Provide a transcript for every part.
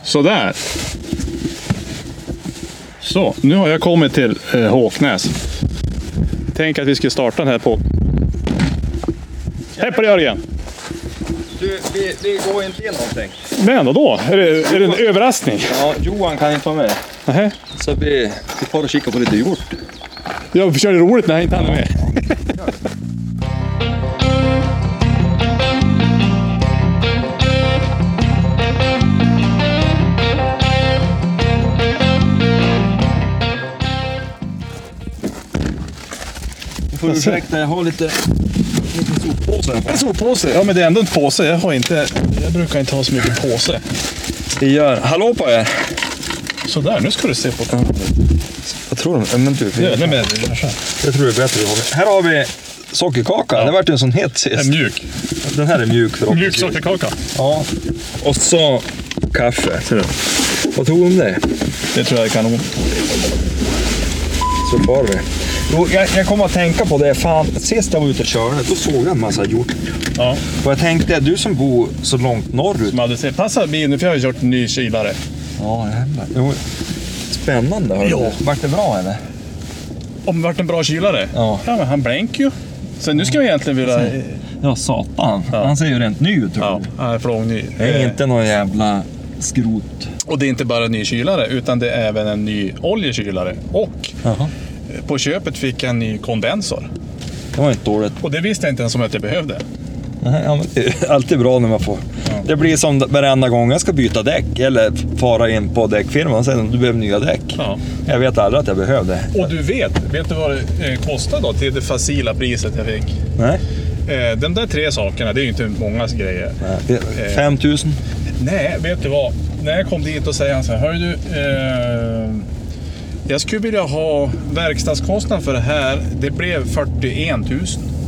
Sådär. Så, nu har jag kommit till Håknäs. Tänk att vi ska starta den här på... Hej på dig, Jörgen! Du, vi går inte in någonting. Men då? Är det en överraskning? Ja, Johan kan inte vara med. Nähä. Så vi får och kika på lite hjort. Ja, vi kör det roligt när jag inte hann med. Får du ursäkta, jag har lite soppåse. En soppåse? Ja, men det är ändå en påse. Jag brukar inte ha så mycket påse. Vi gör... Hallå på er! Sådär, nu ska du se på... Jag tror de... Men du... Jag tror det är bättre. Här har vi sockerkaka. Ja. Det vart ju en sån het sist. En mjuk. Den här är mjuk för oss. Mjuk sockerkaka. Ja. Och så kaffe. Vad tog de det? Det tror jag kan nog. Så far vi. Jo, jag kommer att tänka på det. Fan, sist jag var ute och körde, då såg jag en massa hjort. Ja. Och jag tänkte, du som bor så långt norrut. Som hade sett, passa bilen för jag har kört en ny kylare. Ja, jävlar. Spännande. Jo. Vart det bra eller? Om det vart en bra kylare? Ja. Ja, men han blänker ju. Så nu ska vi egentligen vilja... Ja, satan. Ja. Han ser ju rent ny ut. Ja, han är flångny. Det är inte någon jävla skrot. Och det är inte bara en ny kylare, utan det är även en ny oljekylare. Och på köpet fick jag en ny kondensor. Det var inte dåligt. Och det visste jag inte ens om att jag behövde. Nej, ja, men det är alltid bra när man får. Ja. Det blir som varenda gång jag ska byta däck eller fara in på däckfirman och säger att du behöver nya däck. Ja. Jag vet aldrig att jag behövde. Och du vet du vad det kostar då till det facila priset jag fick? Nej. De där 3 sakerna, det är ju inte många grejer. Nej, 5 000? Nej, vet du vad? När jag kom dit och säger han så här, hör du, jag skulle vilja ha verkstadskostnad för det här. Det blev 41 000.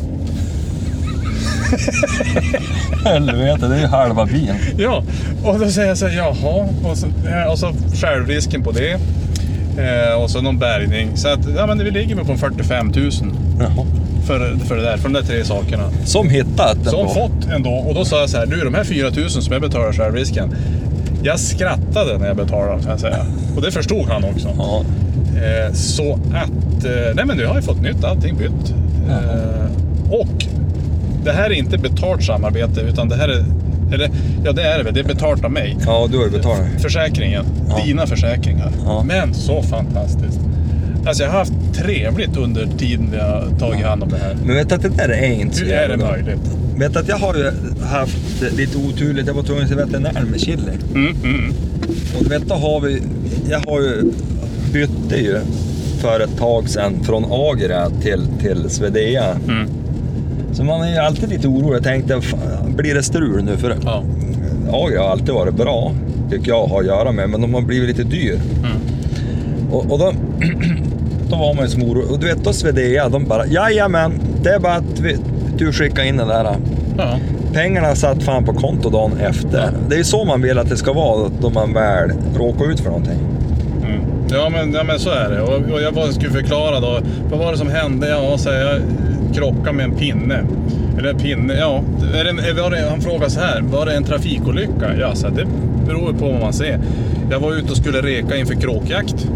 Helvete, det är ju halva bilen. Ja, och då säger jag så här, jaha. Och så självrisken på det. Och så någon bärgning. Så att, ja men vi ligger med på 45 000. Jaha. För det där, för de där 3 sakerna. Som hittat ändå. Som fått ändå. Och då sa jag så här, du de här 4 000 som jag betalar självrisken. Jag skrattade när jag betalade, kan jag säga. Och det förstod han också. Ja. Så att, nej men du har ju fått nytt, allting bytt. Och det här är inte betalt samarbete, utan det här är, eller ja det är det väl, det är betalt av mig. Ja, du har ju betalat. Försäkringen, dina försäkringar. Ja. Men så fantastiskt. Alltså jag har haft trevligt under tiden vi har tagit hand om det här. Men vet att det där är inte så. Hur är det möjligt? Vet att jag har ju haft lite oturligt. Jag var tvungen till veterinär med chili. Och du vet, då har vi... Jag har ju bytte ju för ett tag sedan från Agra till Svedea. Så man är ju alltid lite orolig. Jag tänkte, blir det strul nu? För Agra har alltid varit bra, tycker jag, har att göra med. Men de har blivit lite dyr. Och då var man ju som orolig. Och du vet, då Svedea, de bara, jajamän, det är bara att du skickar in den där. Ja. Pengarna satt fan på konto dagen efter. Ja. Det är ju så man vill att det ska vara då man väl råkar ut för någonting. Ja men så är det. Och jag bara skulle förklara då. Vad var det som hände? Ja, så jag krockade med en pinne. Eller en pinne, ja. Han frågade så här. Var det en trafikolycka? Ja, så det beror på vad man ser. Jag var ute och skulle reka inför kråkjakt.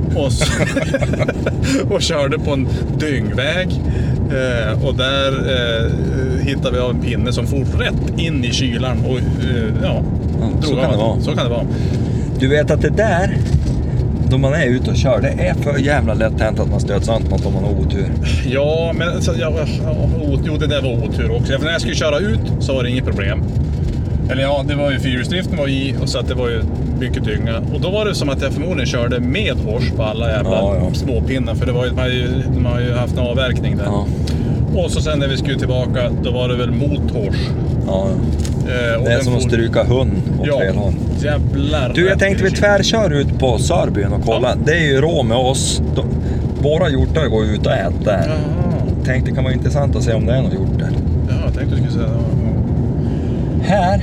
Och körde på en dyngväg. Och där hittade vi av en pinne som for rätt in i kylan. Och så kan det vara. Så kan det vara. Du vet att det där, då man är ute och kör, det är för jävla lätt hänt att man stöts an något om man har otur. Ja, men alltså, jo, det där var otur också. För när jag skulle köra ut så var det inget problem. Eller ja, det var ju fyrhjulsdriften var i, och så att det var ju mycket dynga. Och då var det som att jag förmodligen körde med hors på alla jävla småpinnar. För det var ju, de har ju haft en avverkning där. Ja. Och så sen när vi skulle tillbaka, då var det väl mot hors. Ja. Det är som att stryka hund åt fel håll. Jävlar. Du, jag tänkte vi tvärkör ut på Sörbyn och kolla. Ja. Det är ju rå med oss. Våra hjortar går ut och äter. Tänkte det kan vara intressant att se om det är något hjort där. Ja, jag tänkte du skulle säga det.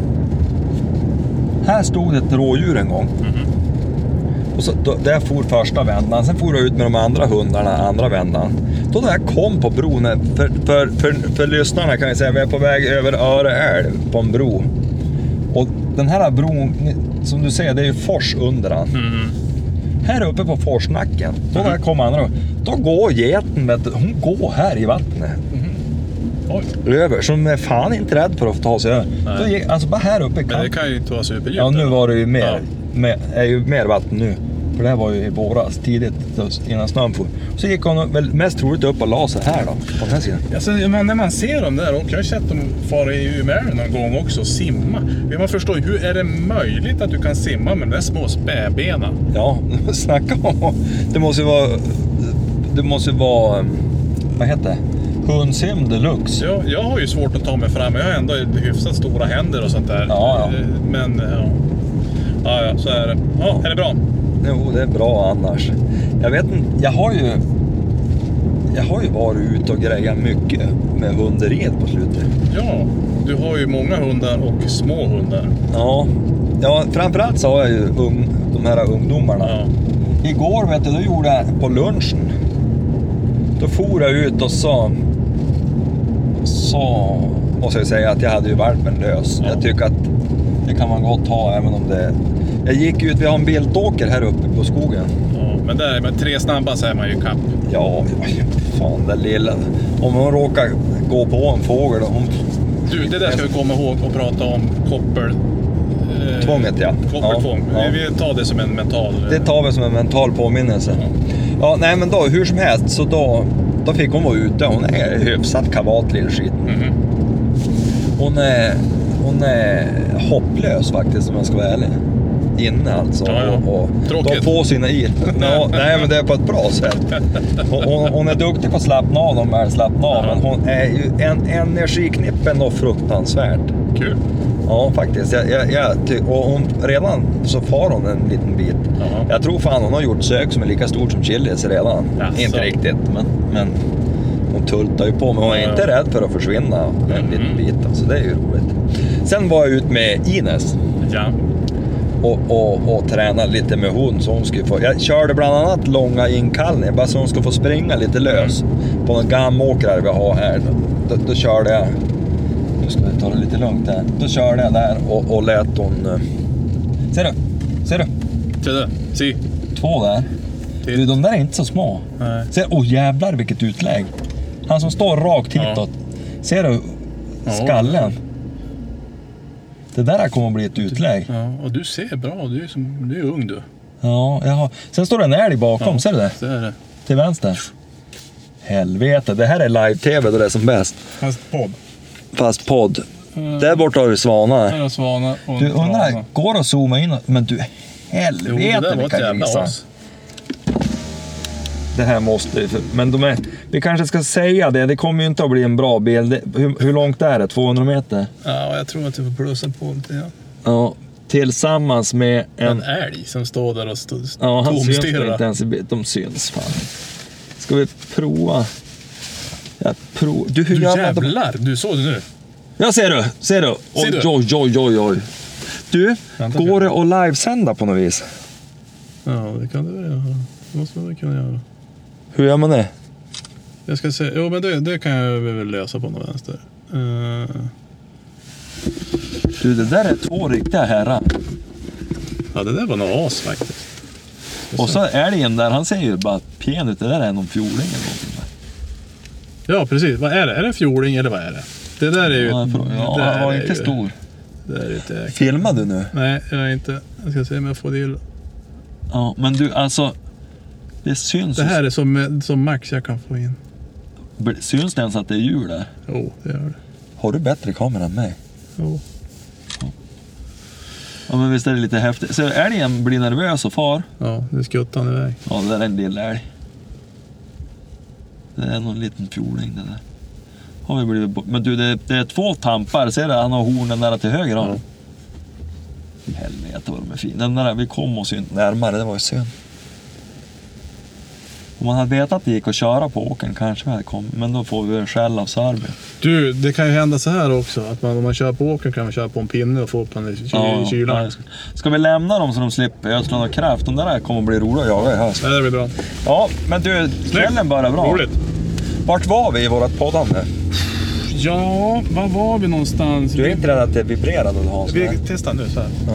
Här stod ett rådjur en gång. Och så, där for första vändan. Sen for jag ut med de andra hundarna andra vändan. Då när jag kom på bron, för lyssnarna kan jag säga, vi är på väg över Öre älv på en bro. Och den här bron, som du säger, det är ju fors under den. Här uppe på forsnacken, då där kommer andra, då går geten, hon går här i vattnet. Oj. Över, som är fan inte rädd för att ta sig över. Alltså bara här uppe. Men det kan ju inte vara superdjupt. Ja, nu var det ju mer, är ju mer vatten nu. För det här var ju i våras, tidigt innan snön for. Så gick hon väl mest troligt upp och la sig här då, på den här sidan. Alltså, när man ser dem där, och jag har sett dem fara i Umeå någon gång också och simma. Man förstår ju, hur är det möjligt att du kan simma med de där små späbena? Ja, snacka om. Det måste ju vara, vad heter det? Hundsim deluxe. Ja, jag har ju svårt att ta mig fram, jag har ändå hyfsat stora händer och sånt där. Ja. Men ja, så är det. Ja, är det bra? Jo, det är bra annars. Jag vet inte, jag har ju varit ute och grejat mycket med hunderiet på slutet. Ja, du har ju många hundar och små hundar. Ja, framförallt så har jag ju de här ungdomarna. Ja. Igår, vet du, då gjorde jag på lunchen. Då for jag ut och så måste jag säga att jag hade ju valpen lös. Ja. Jag tycker att det kan man gott ha, även om det... Jag gick ut, vi har en biltåker här uppe på skogen. Ja, men där med 3 snabba så är man ju kapp. Ja, fan den lilla. Om hon råkar gå på en fågel då, Du, det där ska vi komma ihåg och prata om koppel. Tvånget, ja. Koppeltvång. Ja. Vi tar det som en mental... Det tar vi som en mental påminnelse. Ja, nej men då, hur som helst, så då fick hon vara ute. Hon är hyfsat kavat lillskit. Hon är hopplös faktiskt, om jag ska vara ärlig. Inne alltså. Ja. Och Tråkigt. de får sina i. Nej, men det är på ett bra sätt. Hon är duktig på att slappna av, de är slappna av. Men hon är ju en energiknippen och fruktansvärt. Kul. Ja, faktiskt. Och hon, redan så far hon en liten bit. Jaha. Jag tror fan hon har gjort sök som är lika stort som Chili's redan. Jaså. Inte riktigt, men hon tultar ju på. Men hon är inte rädd för att försvinna en liten bit. Så det är ju roligt. Sen var jag ut med Ines. Ja. Och tränade lite med hon, så hon skulle få... Jag körde bland annat långa inkallningar, bara så hon skulle få springa lite lös. På någon gammåkrare vi har här. Då körde jag... Nu ska vi ta det lite lugnt här. Då körde jag där och lät hon... Ser du? Se där. Se. 2 där. Du, de där är inte så små. Nej. Ser, jävlar vilket utlägg. Han som står rakt hitåt. Ser du skallen? Det där kommer att bli ett utlägg. Ja, och du ser bra. Du är ung du. Ja, jag har... Sen står det en älg bakom, ser du det? Så är det. Till vänster. Helvete, det här är live-tv då det är som bäst. Fast podd. Där borta har du svanar. Här är svanar och Du undrar, går det att zooma in? Men du, helvete vilka grisar. Det här måste... Men vi kanske ska säga det. Det kommer ju inte att bli en bra bild. Hur långt är det? 200 meter? Ja, jag tror att du får plussa på lite. Ja. Ja, tillsammans med en älg som står där och ja, han syns tomstirrar. inte ens. De syns fan. Ska vi prova? Du, hur Du jävlar. Du såg det nu. Ja, ser du? Oj. Du, går det att livesända på något vis? Ja, det kan det väl göra. Det måste man kunna göra. Hur gör man det? Jag ska säga, jo men det kan jag väl lösa på något vänster. Du, det där är 2 riktiga herrar. Ja, det där var något as faktiskt. Och så älgen där, han ser ju bara pen ut. Det där är någon fjording eller någonting. Ja, precis. Vad är det? Är det en fjording eller vad är det? Det där är ju... han var inte stor. Det är inte... Filmar du nu? Nej, jag är inte. Jag ska se om jag får det. Ja, men du, alltså... Det syns. Det här är som max jag kan få in. Syns det ens att det är djur där? Jo, det gör det. Har du bättre kamera än mig? Jo. Ja, men visst är det lite häftigt. Så älgen blir nervös och far. Ja, det skuttar han iväg. Ja, det där är en lilla älg. Det är någon liten fjording det där. Har vi blivit... Men du, det är 2 tampar. Ser du? Han har hornen där till höger. Ja. Helvete vad de är fina. Den där, vi kom oss inte närmare, det var ju synd. Om man hade vetat att det gick att köra på åken kanske vi hade kommit. Men då får vi en skäll av Sarbi. Du, det kan ju hända så här också. Att om man kör på åken kan man köra på en pinne och få upp den i kylan. Ja, ska vi lämna dem så de slipper ödsla och kraft? De där kommer bli roliga att jaga i höst. Ja, det blir bra. Ja, men du, kvällen börjar bra. Roligt. Vart var vi i vårat poddande? Ja, var var vi någonstans? Du är inte rädd att det vibrerade, Hans? Vi testar nu så här. Ja.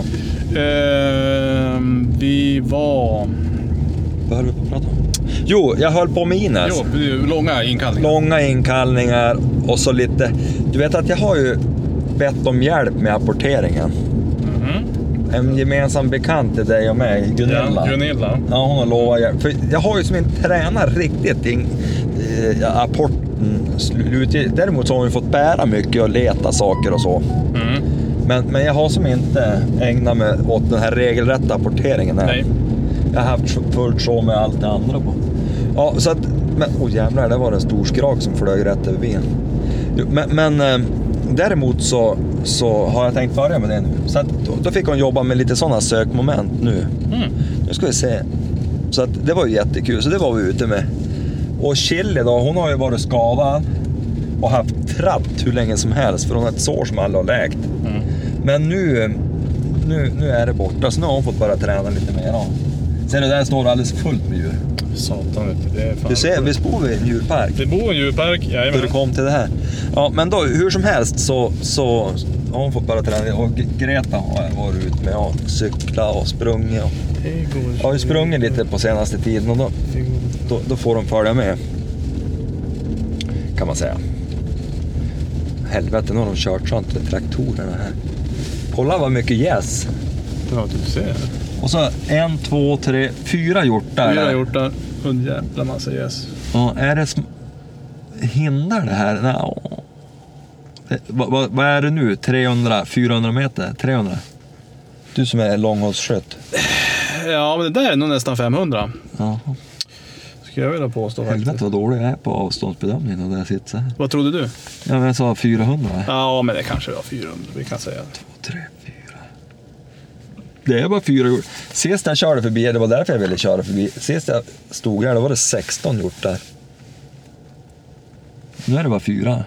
Vi var... Vad höll vi på att prata om? Jo, jag höll på med Ines. Jo, långa inkallningar. Långa inkallningar och så lite... Du vet att jag har ju bett om hjälp med apporteringen. En gemensam bekant till dig och mig, Gunilla. Ja, Gunilla. Ja, hon har lovat hjälp. För jag har ju som inte tränat riktigt apporten slut. Däremot så har hon ju fått bära mycket och leta saker och så. Men jag har som inte ägnat mig åt den här regelrätta apporteringen här. Nej. Jag har haft fullt så med allt det andra på. Ja, så att... Men, jävlar, det var en stor skrak som flög rätt över bilen. Men däremot så har jag tänkt börja med det nu. Så att, då fick hon jobba med lite sådana sökmoment nu. Nu ska vi se. Så att det var ju jättekul, så det var vi ute med. Och Chili då, hon har ju varit skadad och haft tratt hur länge som helst, för hon har ett sår som alla har läkt. Men nu är det borta, så nu har hon fått bara träna lite mer. Sen det där står alldeles fullt med djur. Satan, vet du, det är fan. Du ser, vi bor i en djurpark. Vi bor i en djurpark, jajamän. Du kom till det här. Ja, men då, hur som helst så har hon fått bara träna. Och Greta har varit ut med och cykla och sprungit. Och har ju sprungit lite på senaste tiden och då får de följa med. Kan man säga. Helvete, nu har de kört sånt med traktorerna här. Kolla vad mycket gäss. Ja, du ser. Och så 1, 2, 3, 4 hjortar. 4 hjortar. Och jävla massa gäss. Ja, är det hindrar det här? Nej. Vad är det nu? 300, 400 meter? 300? Du som är långhållsskytt. Ja, men det där är nog nästan 500. Ja. Ska jag vilja påstå faktiskt. Helvete vad dålig jag är på avståndsbedömningen och där jag sitter så här. Vad trodde du? Ja, men jag sa 400. Ja, men det kanske var 400. Vi kan säga 2, 3, 4. Det är bara 4 hjort. Sist jag körde förbi, det var därför jag ville köra förbi. Sist jag stod här, då var det 16 hjortar. Nu är det bara 4.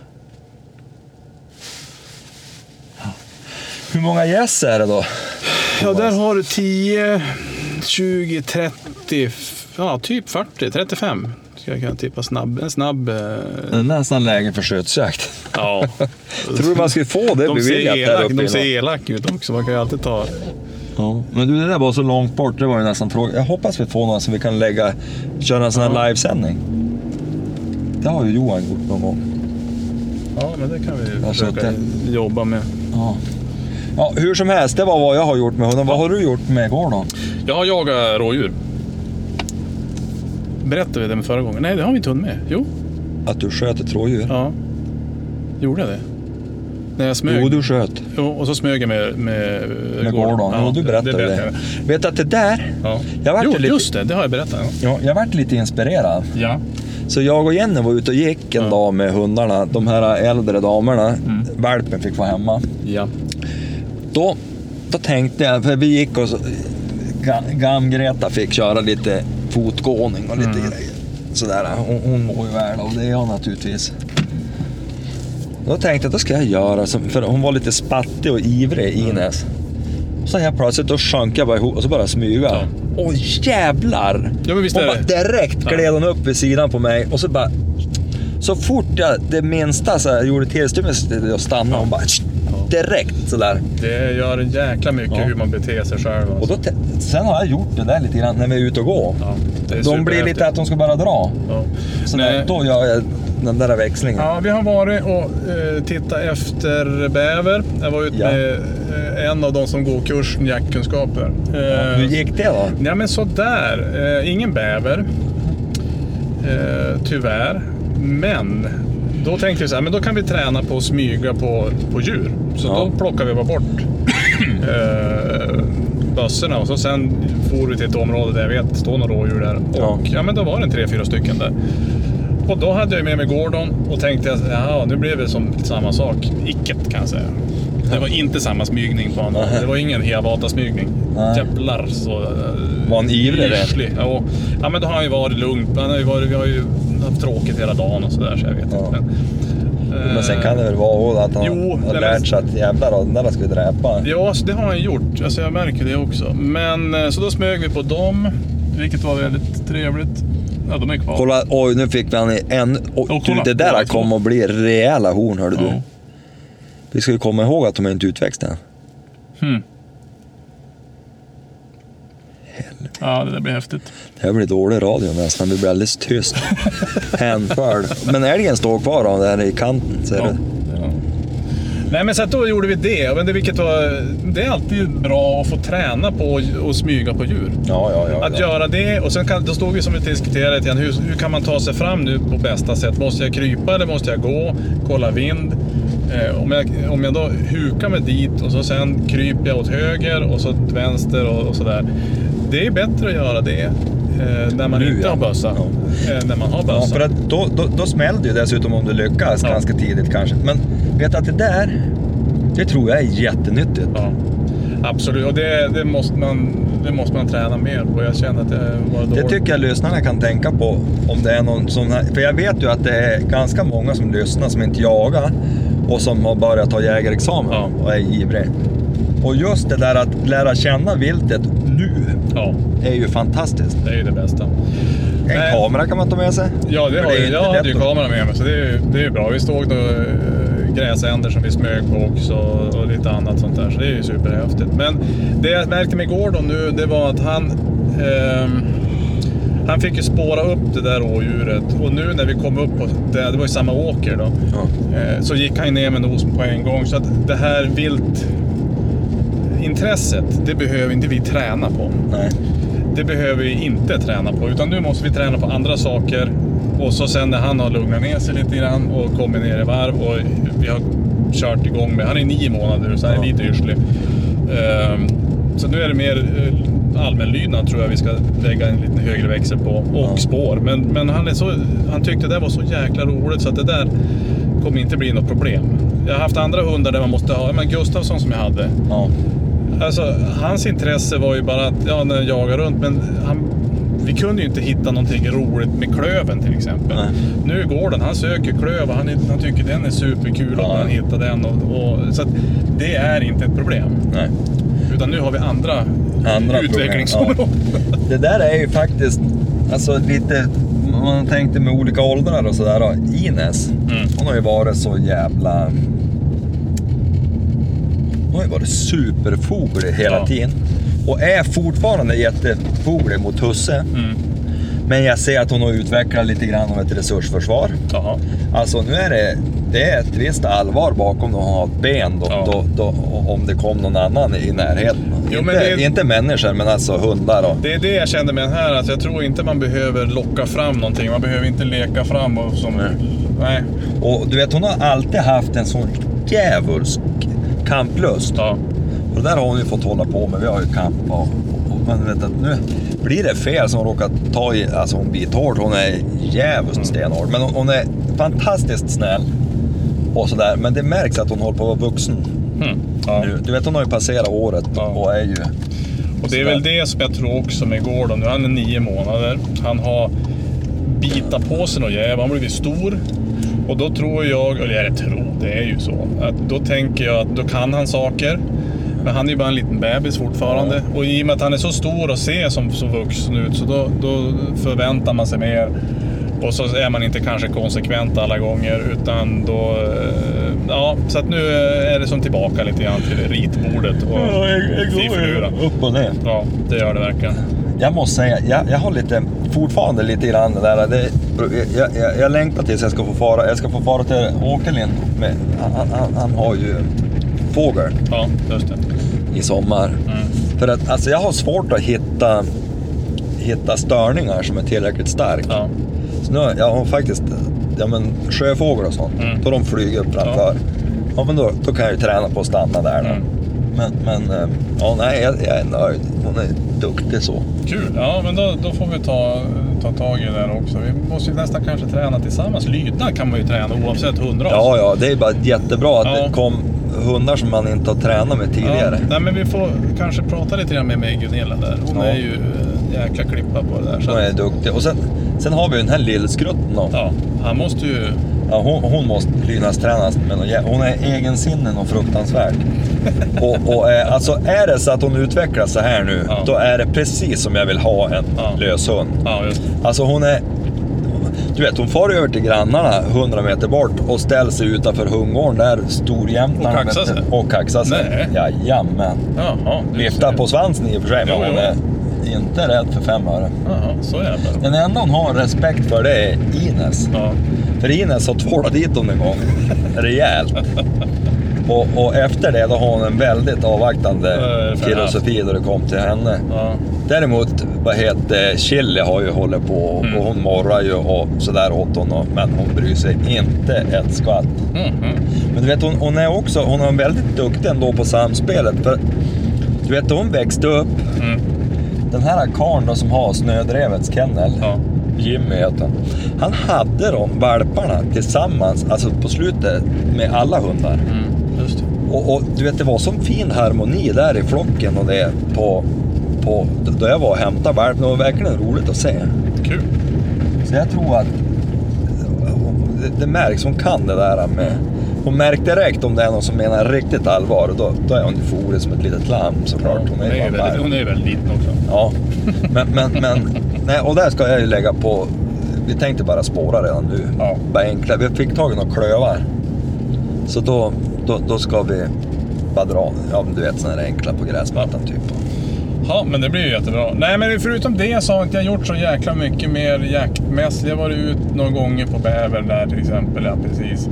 Ja. Hur många gäss är det då? Ja, där har du 10, 20, 30, ja typ 40, 35. Ska jag kunna tippa en snabb... Det är nästan läge för skötsjakt. Ja. Tror du man skulle få det beviljat? De ser elak ut också, man kan ju alltid ta... Ja, men du, det där var så långt bort, det var ju nästan fråga. Jag hoppas vi får någon som vi kan köra en sån här livesändning. Det har ju Johan gjort någon gång. Ja, men det kan vi försöka jobba med. Ja, hur som helst, det var vad jag har gjort med honom. Vad har du gjort med Gordon? Jag har jagat rådjur. Berättade vi det med förra gången? Nej, det har vi inte hunnit med. Jo. Att du sköt ett rådjur? Ja. Gjorde jag det? När jag smög. Jo, du sköt. Jo, och så smög jag med Gordon. Ja, du berättade det. Vet du att det där... Ja. Just det har jag berättat. Ja, jag varit lite inspirerad. Ja. Så jag och Jenny var ute och gick en dag med hundarna. De här äldre damerna. Valpen fick vara hemma. Ja. Då tänkte jag, för vi gick och Greta fick köra lite fotgåning och lite grejer. Sådär, hon mår ju väl och det är jag naturligtvis. Då tänkte jag, då ska jag göra, för hon var lite spattig och ivrig, Ines. Så här plötsligt, då sjönk jag bara ihop och så bara smyga. Ja. Åh jävlar! Ja, men visst är det. Direkt gled hon upp vid sidan på mig och så bara... Så fort jag det minsta så här, gjorde tillstymmelse att stanna, hon bara... Direkt sådär. Det gör en jäkla mycket hur man beter sig själv. Och då sen har jag gjort det där lite grann när vi är ute och går. Ja, de blir lite att de ska bara dra. Ja. Så då gör jag den där växlingen. Ja, vi har varit och tittat efter bäver. Jag var ute med en av de som går kursen jaktkunskaper. Hur gick det då? Ja, men sådär. Ingen bäver. Tyvärr. Men då tänkte vi så här, men då kan vi träna på att smyga på djur. Så då plockar vi bara bort bössorna och så sen får vi till ett område där jag vet står några rådjur där. Och men då var det 3-4 stycken där. Och då hade jag med mig Gordon och tänkte att nu blev det som samma sak. Icket kan jag säga. Det var inte samma smygning på honom. Det var ingen Hiawatha-smygning. Jävlar så... Var han ivrig det? Ja, men då har han ju varit lugnt. Vi har ju haft tråkigt hela dagen och sådär, så jag vet inte. Men sen kan det väl vara att han har lärt sig att jävlar, den där ska vi dräpa. Ja, så det har han gjort. Alltså jag märker det också. Men så då smög vi på dem, vilket var väldigt trevligt. Ja, de är kvar. Kolla, oj, nu fick vi han i en... kolla, det där kolla, kommer att bli rejäla horn, hörde du. Ja. Vi ska ju komma ihåg att de är inte utväxta än. Ja, det där blir häftigt. Det här blir dålig radio nästan, vi blir alldeles tyst. Hänförd. Men älgen står kvar av där i kanten, ser du? Ja. Nej, men så att då gjorde vi det. Men det är alltid bra att få träna på och smyga på djur. Ja. Att göra det, och sen då stod vi som vi diskuterade lite grann, hur kan man ta sig fram nu på bästa sätt? Måste jag krypa eller måste jag gå? Kolla vind. Om jag då hukar mig dit och så sen kryper jag åt höger och så åt vänster och sådär. Det är bättre att göra det när man inte har bössa. När man har bössa. Ja, för att då smäller det ju dessutom om du lyckas ganska tidigt kanske. Men vet att det tror jag är jättenyttigt. Ja, absolut. Och det måste man träna mer på. Jag känner att det var dåligt. Det tycker jag lyssnarna kan tänka på, om det är någon sån här. För jag vet ju att det är ganska många som lyssnar som inte jagar och som har börjat ta jägarexamen och är ivrig. Och just det där att lära känna viltet nu är ju fantastiskt. Det är ju det bästa. En kamera kan man ta med sig. Ja, jag hade ju kameran med mig, så det är ju bra. Vi stod då gräsänder som vi smög på också och lite annat sånt där. Så det är ju superhäftigt. Men det jag märkte med Gordon nu, det var att han fick ju spåra upp det där rådjuret. Och nu när vi kom upp på det var ju samma åker då. Så gick han ner med nosen på en gång. Så att det här viltintresset, det behöver inte vi träna på. Nej. Det behöver vi inte träna på, utan nu måste vi träna på andra saker. Och så sen när han har lugnat ner sig lite grann och kommit ner i varv och vi har kört igång med, han är 9 månader så han är lite yrslig. Så nu är det mer allmänlydnad, tror jag vi ska lägga en lite högre växel på och spår. Men han tyckte det var så jäkla roligt så att det där kommer inte bli något problem. Jag har haft andra hundar där man måste ha, men Gustafsson som jag hade. Ja. Alltså, hans intresse var ju bara att när jag jagar runt, men vi kunde ju inte hitta någonting roligt med klöven till exempel. Nej. Nu går den, han söker klöv och han tycker den är superkul och han hittar den. Så att det är inte ett problem. Nej. Utan nu har vi andra utvecklingsområden. Ja. Det där är ju faktiskt alltså lite, man tänkte med olika åldrar och sådär. Ines, hon har ju varit så jävla... Hon har ju varit superfoglig hela tiden. Och är fortfarande jättefoglig mot husse. Men jag ser att hon har utvecklat lite grann av ett resursförsvar. Aha. Alltså nu är det är ett visst allvar bakom när hon har ett ben då, om det kom någon annan i närheten. Jo, inte människor, men alltså hundar. Det är det jag kände med den här. Alltså jag tror inte man behöver locka fram någonting. Man behöver inte leka fram. Nej. Och du vet, hon har alltid haft en sån djävulsk kamplust. Ja. Och där har hon ju fått hålla på med. Vi har ju kamp och man vet att nu blir det fel som hon råkar ta i, alltså hon blir hård, hon är jävligt stenhård, men hon är fantastiskt snäll och sådär, men det märks att hon håller på att vara vuxen nu. Du vet, hon har ju passerat året och är ju... Och det är väl det som jag tror också med Gordon nu, han är 9 månader, han har bitat på sig och jävlar, han har blivit stor. Och då tror jag, eller jag tror, det är ju så, att då tänker jag att då kan han saker. Men han är ju bara en liten bebis fortfarande. Ja. Och i och med att han är så stor och ser som så vuxen ut, så då förväntar man sig mer. Och så är man inte kanske konsekvent alla gånger, utan då... så att nu är det som tillbaka lite grann till ritbordet och fiffluran. Upp och ner. Ja, det gör det verkligen. Jag måste säga, jag har fortfarande lite grann det där. Jag längtar tills jag ska få fara till Åkerlind. Han har ju fågel. Ja, just det. I sommar. För att alltså, jag har svårt att hitta störningar som är tillräckligt starka. Ja. Så nu jag har faktiskt sjöfågel och sånt. Då de flyger upp framför. Ja, men då kan jag ju träna på att stanna där. Men jag är nöjd. Hon är duktig så. Kul. Ja, men då får vi ta tag i det där också. Vi måste ju nästan kanske träna tillsammans. Lydnad kan man ju träna oavsett hundras. Ja, det är bara jättebra att det kom hundar som man inte har tränat med tidigare. Nej, men vi får kanske prata lite grann med Gunilla där. Hon är ju jäkla klippa på det där. Så hon är duktig. Och sen har vi den här lillskrutten då. Ja, han måste ju... Ja, hon måste lydnadstränas, men hon är egensinnen och fruktansvärd. Alltså är det så att hon utvecklas så här nu, då är det precis som jag vill ha en löshund. Ja, just det. Alltså hon är Du vet, hon far över till grannarna 100 meter bort och ställer sig utanför hundgården där, storjämtarna. Och kaxar sig? Och kaxar sig. Nej. Jajamän. Jaha. Viftar på svansen i och för sig, men Jo, hon jo. är inte rädd för 5 öre. Jaha, så jävlar. Den enda hon har respekt för det är Ines. Ja. För Ines har tvålat dit hon en gång. Rejält. Och efter det då har hon en väldigt avvaktande filosofi då det kom till henne. Ja. Däremot, Chili har ju hållit på och hon morrar ju och sådär åt hon, men hon bryr sig inte ett skvatt. Men du vet, hon är också, hon är väldigt duktig ändå på samspelet, för du vet, hon växte upp, den här karln då som har Snödrevets kennel, Jimmy heter han hade de valparna tillsammans, alltså på slutet med alla hundar. Just det. Och du vet, det var sån fin harmoni där i flocken och det på då jag var och hämtade valp. Det var verkligen roligt att se. Kul. Så jag tror att det märks, hon kan det där med. Hon märkte direkt om det är någon som menar riktigt allvar, och då är hon ju forig som ett litet lamm såklart. Hon är väldigt liten också. Ja, men nej, och där ska jag ju lägga på. Vi tänkte bara spåra redan nu. Ja. Bara enkla. Vi fick tag i några klövar. Så då ska vi bara dra, ja, du vet, såna här enkla på gräsmattan typ. Ja, men det blir ju jättebra. Nej, men förutom det så har inte jag gjort så jäkla mycket mer jaktmässigt. Jag har varit ut några gånger på bäver där till exempel. Ja, precis.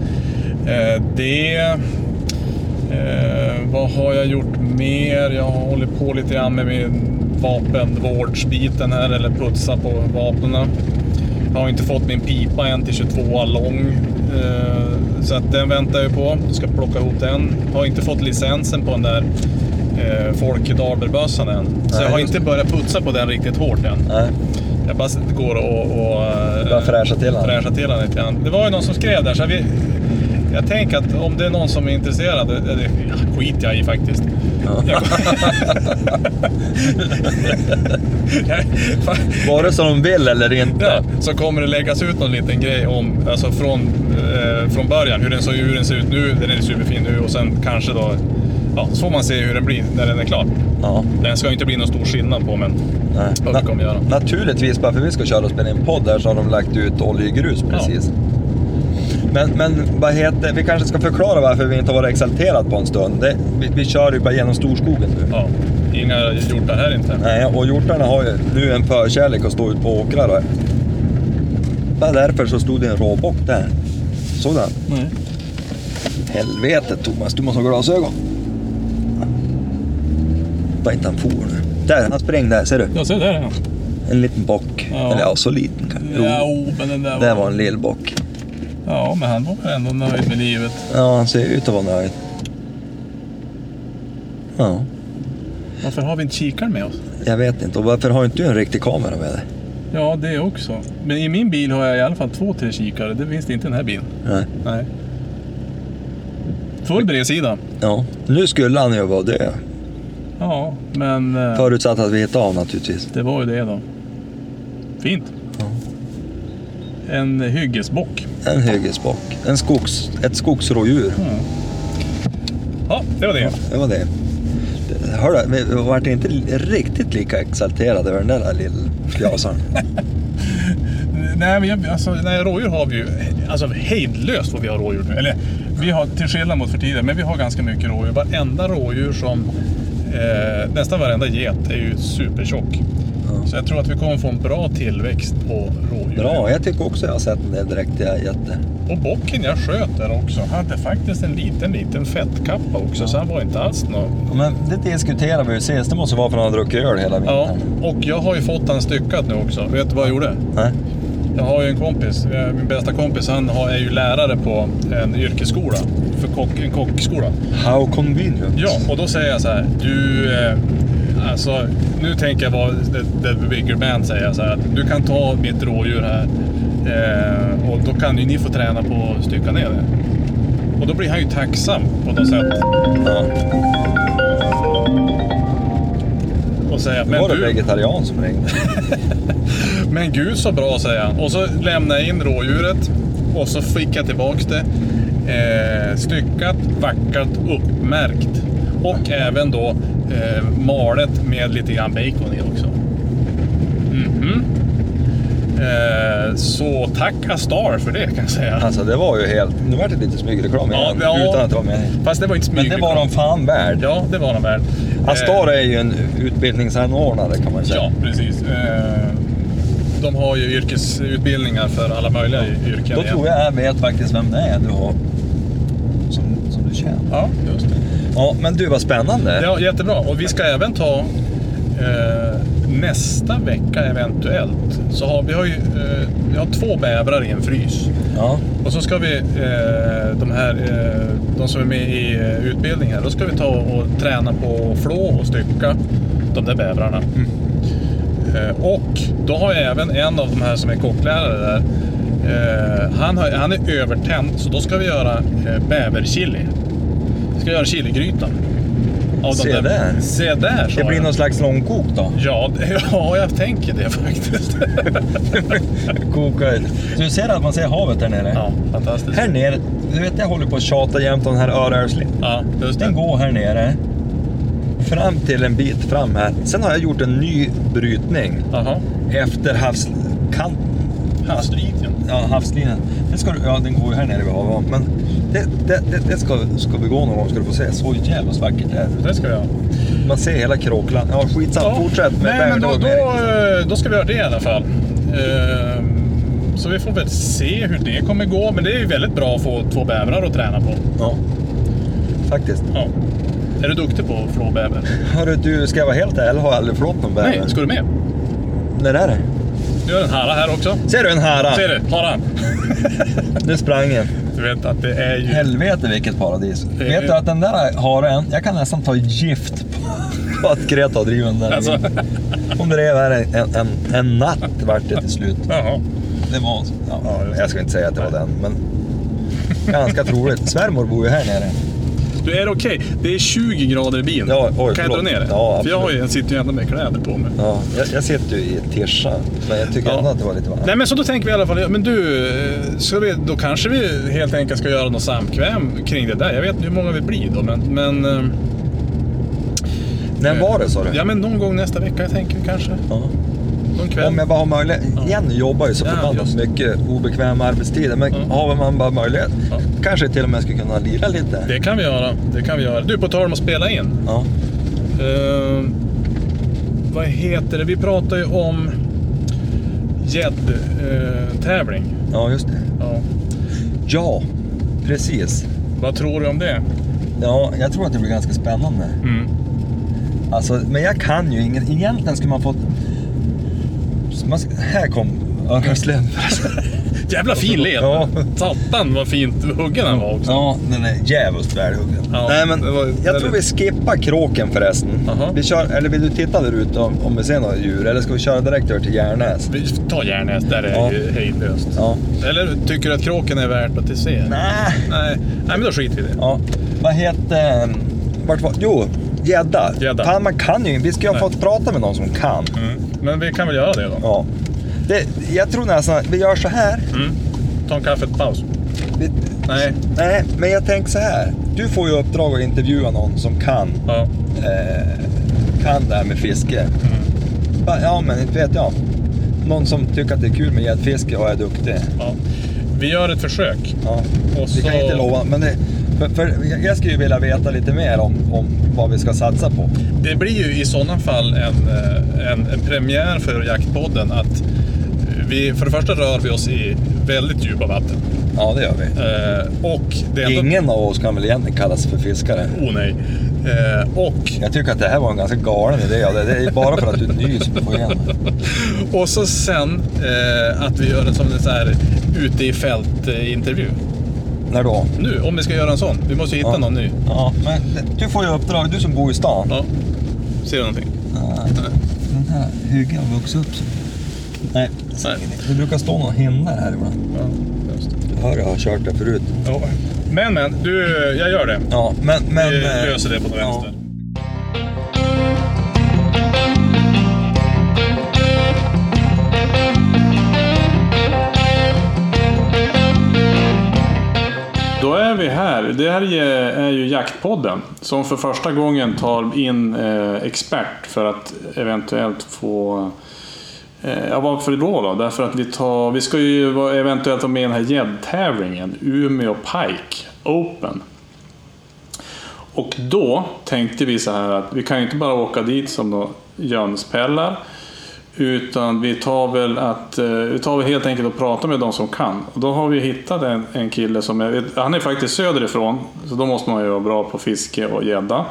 Vad har jag gjort mer? Jag har hållit på lite grann med min vapenvårdsbiten här, eller putsa på vapnen. Jag har inte fått min pipa än till 22 lång. Så att den väntar jag på. Jag ska plocka ihop den. Jag har inte fått licensen på den där Folke-Dahlberg-bössan än. Så jag har inte börjat putsa på den riktigt hårt än. Nej. Jag bara går och bara fräscha till den lite grann. Det var ju någon som skrev där, så jag tänker att om det är någon som är intresserad, skit jag i faktiskt. Ja. Var det som de vill eller inte? Ja, så kommer det läggas ut någon liten grej om, alltså från början, hur den ser ut nu, den är superfin nu, och sen kanske då, ja, så får man se hur den blir när den är klar. Ja. Den ska inte bli någon stor skillnad på, men vad vi kommer göra. Naturligtvis, bara för vi ska köra och spela en podd där, så har de lagt ut oljegrus precis. Ja. Men vad heter, vi kanske ska förklara varför vi inte har varit exalterad på en stund. Vi kör ju bara genom storskogen nu. Ja, inga hjortar här inte. Nej, och hjortarna har ju nu en förkärlek att stå ut på åkrar. Och bara därför så stod det en råbock där. Sådan. Nej. Helvete Thomas, du måste ha glasögon. Bara inte han for nu. Där, han sprängde där, ser du? Jag ser där, ja. En liten bock. Ja. Eller ja, så liten kanske. Ja, men den där var en lill bock. Ja, men han var ändå nöjd med livet. Ja, han ser ut att vara nöjd. Ja. Varför har vi inte kikaren med oss? Jag vet inte. Och varför har inte du en riktig kamera med dig? Ja, det också. Men i min bil har jag i alla fall 2-3 kikare. Det finns det inte i den här bilen. Nej. Full bredsida. Ja, nu skulle han ju vara död. Ja, men... Förutsatt att vi hittar av naturligtvis. Det var ju det då. Fint. Ja. En hyggesbock. En hyggesbock. Ett skogsrådjur. Ja, det var det. Ja, det var det. Hörde, vi var inte riktigt lika exalterade över den där lilla fjasan. Nej, men rådjur har vi ju hejdlöst vad vi har rådjur nu. Eller vi har till skillnad mot för tiden, men vi har ganska mycket rådjur. Varenda rådjur som nästan varenda get är ju supertjock. Ja. Så jag tror att vi kommer få en bra tillväxt på rådjur. Bra, jag tycker också jag har sett en del dräktiga getter. Och bocken jag sköt där också hade faktiskt en liten fettkappa också, ja. Så han var inte alls någon... Ja, men det diskuterar vi ju sist, det måste vara för att han har druckit öl hela vintern. Ja, och jag har ju fått han styckat nu också. Vet du vad jag gjorde? Nej. Jag har ju en kompis, min bästa kompis, han är ju lärare på en yrkesskola, en kockskola. How convenient. Ja, och då säger jag så här, nu tänker jag vara the bigger man, säger jag så här, att du kan ta mitt rådjur här och då kan ju ni få träna på att stycka ner det. Och då blir han ju tacksam på något sätt. Ja. Och säga, men var det vegetarian som ringde? Men gud så bra, säger han. Och så lämnade jag in rådjuret och så fick jag tillbaks det styckat, vackert, uppmärkt och även då malet med lite grann bacon i också. Så tack Astar för det kan jag säga. Alltså det var ju helt... Nu var det lite smygreklam igen, utan att vara med. Fast det var inte smygreklam. Men det var de fan värd. Ja, det var de värd. Astar är ju en utbildningsanordnare kan man säga. Ja, precis. De har ju yrkesutbildningar för alla möjliga yrken. Då tror jag vet faktiskt vem det är du har som du känner. Ja, just det. Ja, men du, var spännande. Ja, jättebra. Och vi ska även ta nästa vecka eventuellt. Så har vi har 2 bävrar i en frys. Ja. Och så ska vi de som är med i utbildningen, då ska vi ta och träna på flå och stycka de där bävrarna. Och då har jag även en av de här som är kocklärare där. Han är övertänd, så då ska vi göra bäverchili. Vi ska göra chiligrytan. Se där. Se där, det blir någon slags långkok då? Ja, jag tänker det faktiskt. Koka. Du ser att man ser havet där nere? Ja, fantastiskt. Här nere, du vet jag håller på att tjata jämt om den här Öreälvslinjen. Ja, just det. Den går här nere. Fram till en bit fram här. Sen har jag gjort en ny brytning. Aha. Efter havskanten. Havslinjen. Ja, havslinjen. Den går ju här nere vid havet. Men det ska vi gå någon gång, ska du få se. Så jävla vackert det är. Det ska jag. Man ser hela Kråkland. Ja, skitsamt. Ja. Fortsätt med. Nej, men då ska vi göra det i alla fall. Så vi får väl se hur det kommer gå. Men det är ju väldigt bra att få 2 bävrar att träna på. Ja, faktiskt. Ja. Är du duktig på flåbäver? Hörru, du, ska jag vara helt ärlig, har jag aldrig flått någon bäver. Nej, ska du med? När är det? Du har en hara här också. Ser du en hara? Ser du? Haran. Nu sprang jag. Du vet att det är ju... Helvete vilket paradis. Vet du att den där haren, jag kan nästan ta gift på att Greta har drivit den där. Alltså. Hon drev här en natt vart det till slut. Jaha. Det var så. Ja, jag ska inte säga att det var den, men ganska troligt. Svärmor bor ju här nere. Du, är det okej? Det är 20 grader i bilen. Ja, oj, kan jag dra ner det? Ja, för jag sitter ju ändå med kläder på mig. Ja, jag sitter ju i tischa, men jag tycker ändå att det var lite varmt. Nej, men så då tänker vi i alla fall, men du, då kanske vi helt enkelt ska göra något samkväm kring det där. Jag vet inte hur många vi blir då, men när var det, sa du? Ja, men någon gång nästa vecka, jag tänker kanske. Ja. Om jag bara har möjlighet. Jenny jobbar ju så förbannat mycket obekväma arbetstider. Men har man bara möjlighet, kanske till och med skulle kunna lira lite. Det kan vi göra. Du, på tal om att spela in. Ja. Vad heter det? Vi pratar ju om gäddtävling. Ja, just det. Ja, precis. Vad tror du om det? Ja, jag tror att det blir ganska spännande. Alltså, men jag kan ju ingen. Egentligen skulle man fått... Här kom Öreälvslinjen. Jävla fin led. Ja. Satan vad fint huggen han var också. Ja, den är jävligt välhuggen. Ja, nej, men jag tror vi skippar kråken förresten. Vi kör, eller vill du titta där ute om vi ser några djur? Eller ska vi köra direkt över till Järnäs? Vi tar Järnäs, där är det hejdlöst. Ja. Eller tycker du att kråken är värt att se? Nej, men då skiter vi i det. Ja. Vad heter... Jo, gädda. Fan, man kan ju. Vi ska ju ha fått prata med någon som kan. Men vi kan väl göra det då? Ja. Jag tror nästan vi gör så här. Ta en kaffepaus. Nej, men jag tänker så här. Du får ju uppdrag att intervjua någon som kan det här med fiske. Ja, men inte vet jag. Någon som tycker att det är kul med gäddfiske och är duktig. Ja. Vi gör ett försök. Ja. Och vi kan inte lova, men för jag skulle ju vilja veta lite mer om vad vi ska satsa på. Det blir ju i sådana fall en premiär för Jaktpodden att vi för det första rör vi oss i väldigt djupa vatten. Ja, det gör vi. Och det ändå... Ingen av oss kan väl egentligen kallas för fiskare. Nej. Och... Jag tycker att det här var en ganska galen idé. Det är bara för att du är ny som får igen. Och så sen att vi gör en sån här ute i fältintervju. När då? Nu, om vi ska göra en sån. Vi måste hitta någon ny. Ja, men du får ju uppdrag. Du som bor i stan. Ja. Ser du någonting? Nej. Den här hyggen har vuxit upp så. Nej. Det brukar stå någon hinder här ibland. Ja, just det. Du hör, jag har kört det förut. Ja. Men, du, jag gör det. Ja, men vi löser det på något vänster. Då är vi här. Det här är ju Jaktpodden som för första gången tar in expert för att eventuellt få Varför då? Därför att vi ska ju eventuellt vara med i den här gäddtävlingen, Umeå Pike Open. Och då tänkte vi så här att vi kan inte bara åka dit som då jönspellar, utan vi tar väl helt enkelt och pratar med de som kan. Och då har vi hittat en kille som han är faktiskt söderifrån, så då måste man ju vara bra på fiske och gädda.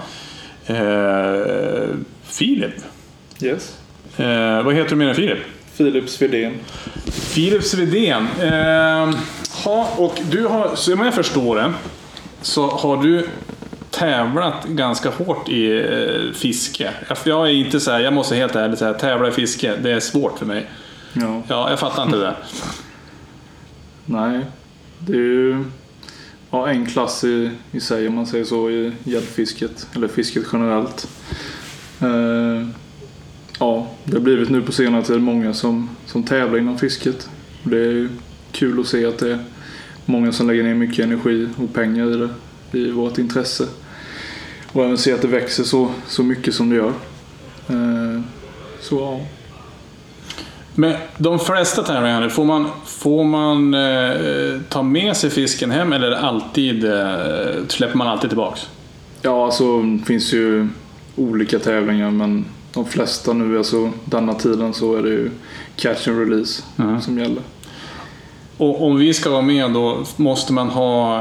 Filip. Yes. Vad heter du mer än Filip? Filip Svedén. Filip Svedén. Och du har, som jag förstår det, så har du tävlat ganska hårt i fiske. Jag är inte så här, jag måste helt ärligt säga, tävla i fiske, det är svårt för mig. Ja, jag fattar inte det. Nej, det är ju en klass i sig, om man säger så, i gäddfisket, eller fisket generellt. Det har blivit nu på senare tid många som tävlar inom fisket. Och det är ju kul att se att det är många som lägger ner mycket energi och pengar i det, i vårt intresse. Och även se att det växer så mycket som det gör. Men de flesta tävlingar, får man ta med sig fisken hem, eller släpper man alltid tillbaks? Ja, alltså det finns ju olika tävlingar, men de flesta nu, alltså denna tiden, så är det ju catch and release som gäller. Och om vi ska vara med då, måste man ha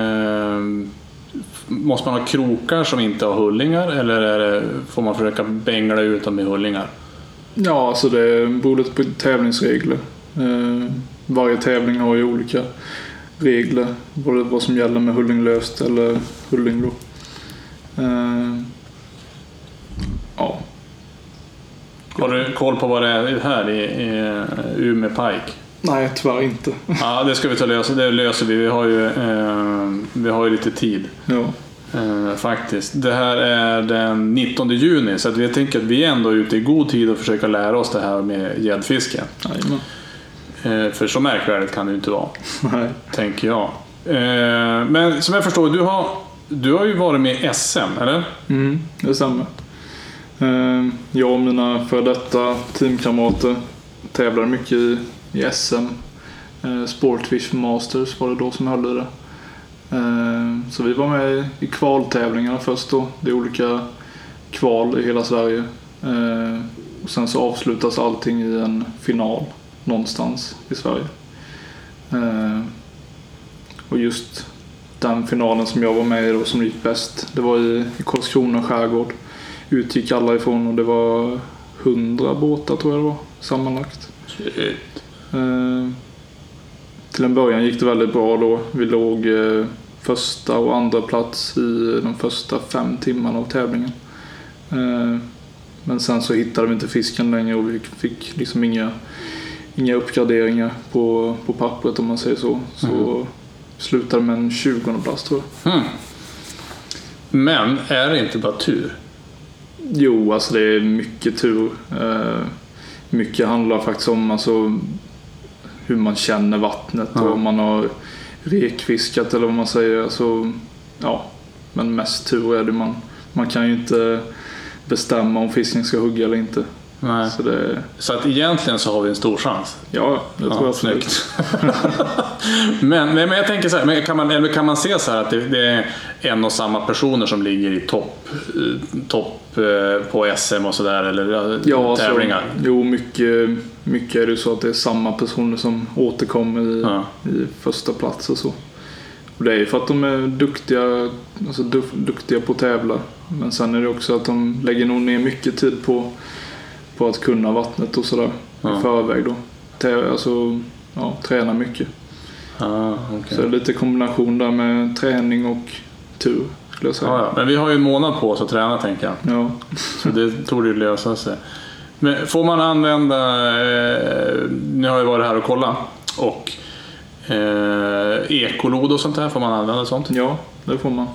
krokar som inte har hullingar, eller får man försöka bängla ut dem med hullingar? Ja, alltså det beror lite på tävlingsregler. Varje tävling har ju olika regler, både vad som gäller med hullinglöst eller hulling då. Har du koll på vad det är här i Umeå Pike? Nej, tyvärr inte. Ja, det ska vi ta lösa. Det löser vi. Vi har ju lite tid. Ja. Faktiskt. Det här är den 19 juni, så att vi tänker att vi är ändå ute i god tid och försöka lära oss det här med gäddfiske. För så märkvärdigt kan det ju inte vara. Nej. Tänker jag. Men som jag förstår, du har ju varit med i SM, eller? Det stämmer. Jag och mina för detta teamkamrater tävlade mycket i SM. Sportfish Masters var det då som höll i det. Så vi var med i kvaltävlingarna först då. Det är olika kval i hela Sverige. Och sen så avslutas allting i en final någonstans i Sverige. Och just den finalen som jag var med i då, som gick bäst, det var i Karlskrona skärgård. Utgick alla ifrån, och det var 100 båtar tror jag det var sammanlagt. Till en början gick det väldigt bra då. Vi låg första och andra plats i de första 5 timmarna av tävlingen. Men sen så hittade vi inte fisken längre, och vi fick liksom inga uppgraderingar på pappret, om man säger så. Så slutade med en 20:e plats tror jag. Men är det inte bara tur? Jo, alltså det är mycket tur. Mycket handlar faktiskt om hur man känner vattnet och om man har rekfiskat eller vad man säger. Alltså, men mest tur är det. Man kan ju inte bestämma om fisken ska hugga eller inte. Nej. Så att egentligen så har vi en stor chans. Ja, det tror jag absolut. men jag tänker så här, men kan man se så här att det är en och samma personer som ligger i topp på SM och sådär, eller tävlingar? Jo, mycket är det så att det är samma personer som återkommer i första plats och så. Och det är ju för att de är duktiga på att tävla. Men sen är det också att de lägger nog ner mycket tid på att kunna vattnet och sådär i förväg då. Träna mycket. Okay. Så det är lite kombination där med träning och tur, skulle jag säga. Men vi har ju en månad på oss att träna, tänker jag. Ja. Så det tror du lösa sig. Men får man använda, nu har jag varit här och kollat, och ekolod och sånt här, får man använda sånt? Ja, det får man.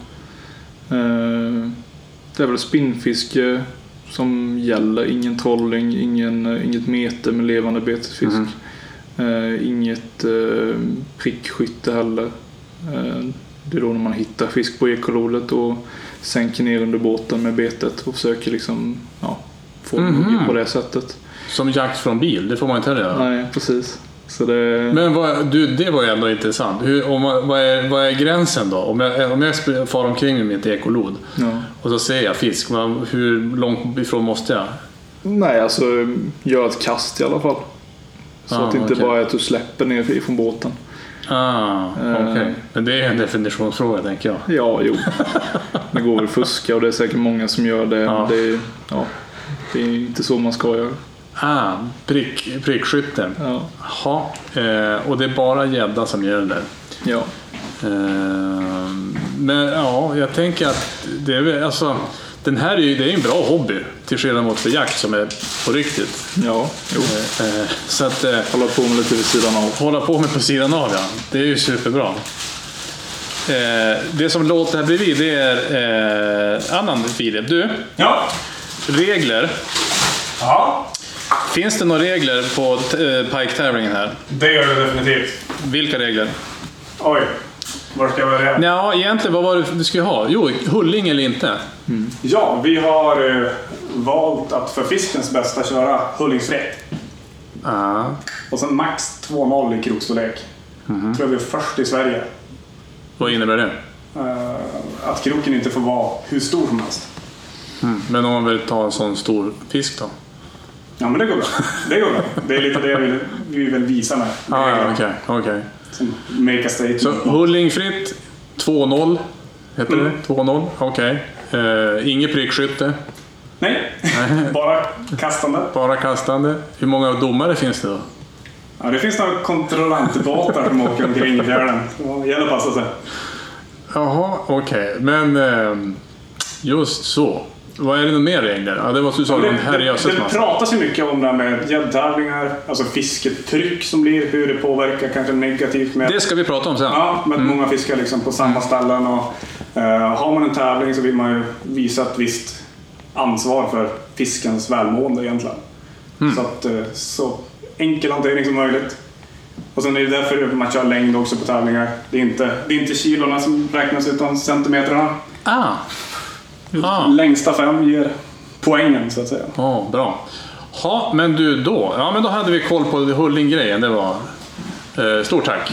Det är väl spinnfiske som gäller, ingen trolling, inget mete med levande betesfisk. Inget prickskytte heller. Det är då när man hittar fisk på ekolodet och sänker ner under båten med betet och försöker få formugg på det sättet. Som jakt från bil, det får man inte heller göra. Nej, precis. Så det... Men det var ju ändå intressant. Vad är gränsen då? Om jag far omkring med mitt ekolod och så ser jag fisk, hur långt ifrån måste jag? Nej, alltså gör ett kast i alla fall. Så att det inte bara är att du släpper ner från båten. Okej. Men det är en definitionsfråga, tänker jag. Ja, jo. Det går väl fuska och det är säkert många som gör det. Ja. Det är inte så man ska göra. Prickskytten. Ja. Och det är bara gädda som gäller. Ja. Men jag tänker att det är alltså, det är en bra hobby till skillnad mot för jakt som är på riktigt. Ja, jo. Så att hålla på med lite vid sidan av. Hålla på med på sidan av, ja. Det är ju superbra. Det som låter här bredvid, det är annan Filip. Du? Ja. Regler. Ja. Finns det några regler på pike-tävlingen här? Det gör det definitivt. Vilka regler? Oj. Var ska jag börja? Ja, egentligen, vad var det du skulle ha? Jo, hulling eller inte? Ja, vi har valt att för fiskens bästa köra hullingsfritt. Och sen max 2,0 i krokstorlek. Tror jag vi är först i Sverige. Vad innebär det? Att kroken inte får vara hur stor som helst. Men om man vill ta en sån stor fisk då? Ja, men det går bra. Det är lite det vi vill visa med. Okej. Make a statement. Så hullingfritt 2,0 heter det? 2,0, okej. Inget prickskytte? Nej, bara kastande. Bara kastande. Hur många domare finns det då? Ja, det finns några kontrollantbåtar som åker omkring i fjärden. Det gäller att passa sig. Jaha, okej. Men just så. Vad är det mer regler? Ja, det var du sa det pratas ju mycket om det här med gäddtävlingar, alltså fisketryck som blir, hur det påverkar kanske negativt med... Det ska vi prata om sen. Ja, med många fiskar liksom på samma ställen och har man en tävling så vill man ju visa ett visst ansvar för fiskens välmående egentligen. Så att så enkel hantering som möjligt. Och sen är det därför man kör längd också på tävlingar. Det är inte kilorna som räknas utan centimetrarna. Längsta 5 ger poängen så att säga. Bra. Men du då? Ja, men då hade vi koll på hulling-grejen. Det var stort tack.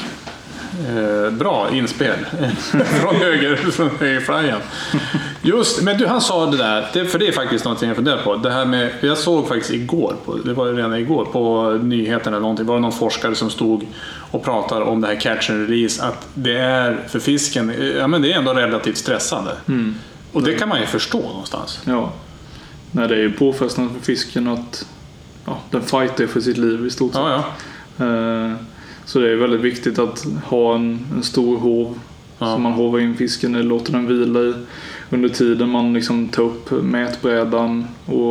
Bra inspel från högerflyen. Just, men du, han sa det där, för det är faktiskt någonting jag funderar på. Det här med, jag såg faktiskt igår, det var ju redan igår på nyheterna eller någonting, var det någon forskare som stod och pratade om det här catch and release, att det är för fisken, ja men det är ändå relativt stressande. Och det kan man ju förstå någonstans. Ja. Nej, det är ju påfrestande för fisken att den fightar för sitt liv i stort sett. Så det är väldigt viktigt att ha en stor hov som man hovar in fisken eller låter den vila i. Under tiden man liksom tar upp mätbrädan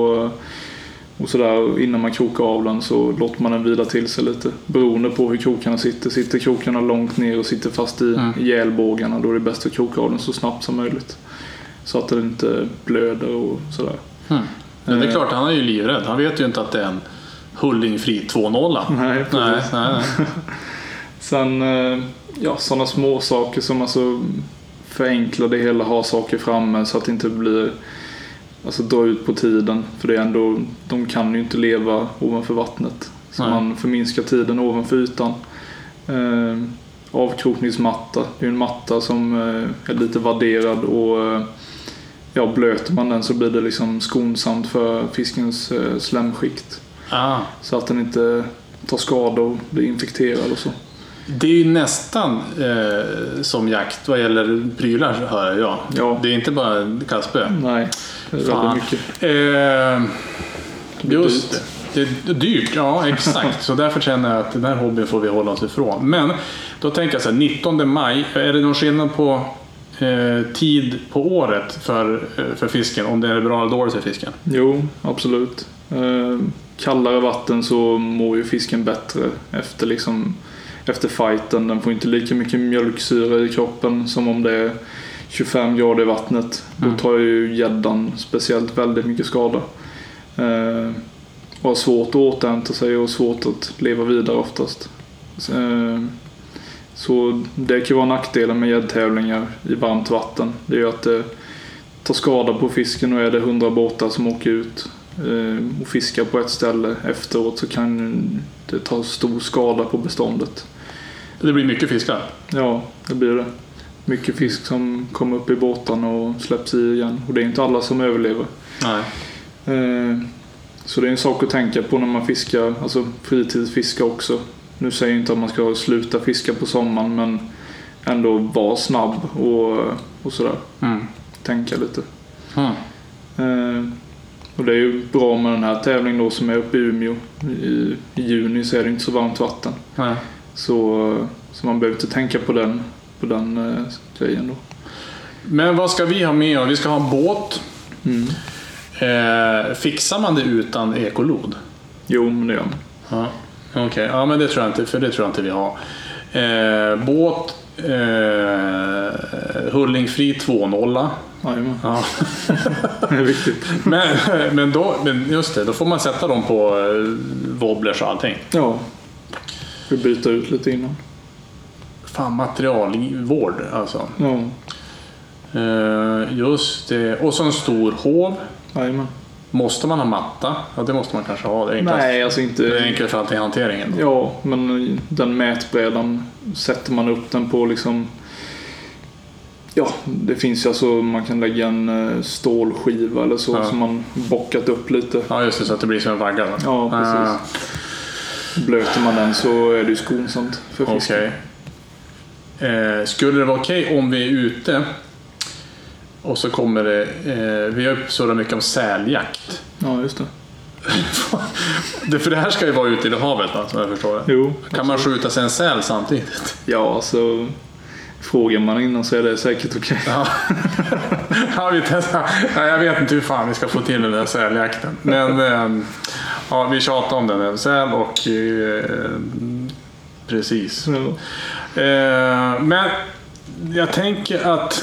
och sådär, innan man krokar av den så låter man den vila till sig lite. Beroende på hur krokarna sitter. Sitter krokarna långt ner och sitter fast i gälbågarna, då är det bäst att kroka av den så snabbt som möjligt. Så att den inte blöder och sådär. Men det är klart, han är ju livrädd. Han vet ju inte att det är en hullingfri 2,0. Nej. Sen, sådana små saker som alltså förenkla det hela, ha saker framme så att det inte blir, alltså dra ut på tiden. För det är ändå, de kan ju inte leva ovanför vattnet. Så man förminskar tiden ovanför ytan. Avkrokningsmatta, det är en matta som är lite vadderad och blöter man den så blir det liksom skonsamt för fiskens slemskikt. Så att den inte tar skada och blir infekterad och så. Det är ju nästan som jakt vad gäller prylar, hör jag. Ja. Det är inte bara kastspö. Nej, det är väldigt mycket. Just det är dyrt, ja exakt. Så därför känner jag att den här hobbyn får vi hålla oss ifrån. Men då tänker jag så här, 19 maj, är det någon skillnad på tid på året för fisken, om det är bra eller dåligt för fisken? Jo, absolut. Kallare vatten så mår ju fisken bättre efter fighten. Den får inte lika mycket mjölksyra i kroppen som om det är 25 grader i vattnet. Då tar ju gäddan speciellt väldigt mycket skada. Och har svårt att återhämta sig och svårt att leva vidare oftast. Så det kan vara nackdelen med gäddtävlingar i varmt vatten. Det är ju att det tar skada på fisken och är det 100 båtar som åker ut och fiskar på ett ställe efteråt så kan det ta stor skada på beståndet. Det blir mycket fiskar. Ja, det blir det. Mycket fisk som kommer upp i båtarna och släpps i igen. Och det är inte alla som överlever. Nej. Så det är en sak att tänka på när man fiskar, alltså fritidsfiska också. Nu säger jag inte att man ska sluta fiska på sommaren, men ändå vara snabb och sådär. Tänka lite. Och det är ju bra med den här tävlingen då som är uppe i Umeå. I juni så är det inte så varmt vatten. Nej. Så man behöver inte tänka på den grejen då. Men vad ska vi ha med? Vi ska ha en båt. Fixar man det utan ekolod? Jo, men det gör man. Ja. Okej. Ja, men det tror jag inte, för det tror jag inte vi har. Båt, hullingfri 2.0. Ja. Det är viktigt. Men just det, då får man sätta dem på wobblers och allting. Ja. Vi byter ut lite innan. Fan, materialvård alltså. Ja. Just det. Och så en stor hov. Jajamän. Måste man ha matta? Ja, det måste man kanske ha. Det är enklast. Nej, alltså inte. Det är enkelt för allting i hanteringen. Ja, men den mätbrädan sätter man upp den på liksom. Ja, det finns ju alltså, man kan lägga en stålskiva eller så som man bockat upp lite. Ja, just det, så att det blir som en vagga. Ja, precis. Blöter man den så är det ju skonsamt för fisken. Okej. Skulle det vara okej om vi är ute och så kommer det, vi har surrat mycket om säljakt. Ja, just det. För det här ska ju vara ute i det havet, som jag förstår det. Jo. Kan man skjuta sig en säl samtidigt? Ja, alltså frågar man innan så är det säkert okej. Ja. Ja, vi testar. Ja, jag vet inte hur fan vi ska få till den där säljakten. Men ja, vi tjatar om den säl och precis. Men jag tänker att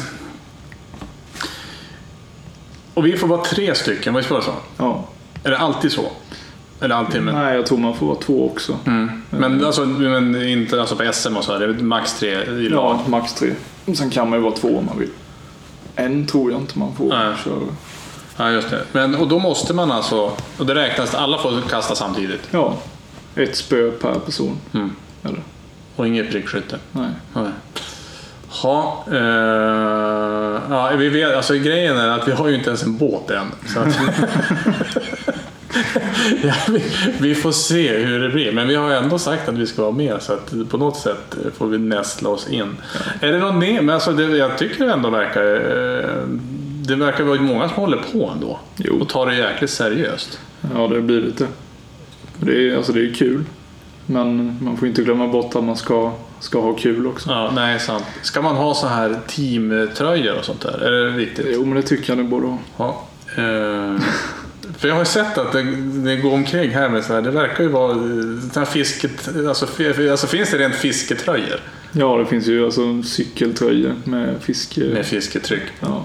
och vi får vara 3 stycken, vad är det så? Ja. Är det alltid så? Eller alltid med? Nej, jag tror man får vara 2 också. Men, alltså, men inte alltså på SM och så, är det max 3 i lag? Ja, max 3. Sen kan man ju vara 2 om man vill. En tror jag inte man får köra. Ja, just det. Men, och då måste man alltså, och det räknas, alla får kasta samtidigt? Ja, 1 spö per person. Eller? Och inget prickskytte? Nej. Ja, ja, vi vet, alltså grejen är att vi har ju inte ens en båt än. Så att ja, vi får se hur det blir. Men vi har ju ändå sagt att vi ska vara med, så att på något sätt får vi nästla oss in. Är det någon men alltså jag tycker det ändå verkar det verkar vara många som håller på ändå. Jo. Och tar det jäkligt seriöst. Ja, det blir lite. Det är kul. Men man får inte glömma bort att man ska ha kul också. Ja, nej, sant. Ska man ha så här teamtröjor och sånt där? Är det viktigt? Jo, men det tycker jag ni borde ha. Ja. För jag har ju sett att det går omkring här med så här. Det verkar ju vara så här fisket. Alltså finns det rent fisketröjor? Ja, det finns ju alltså cykeltröjor med fisketryck. Ja.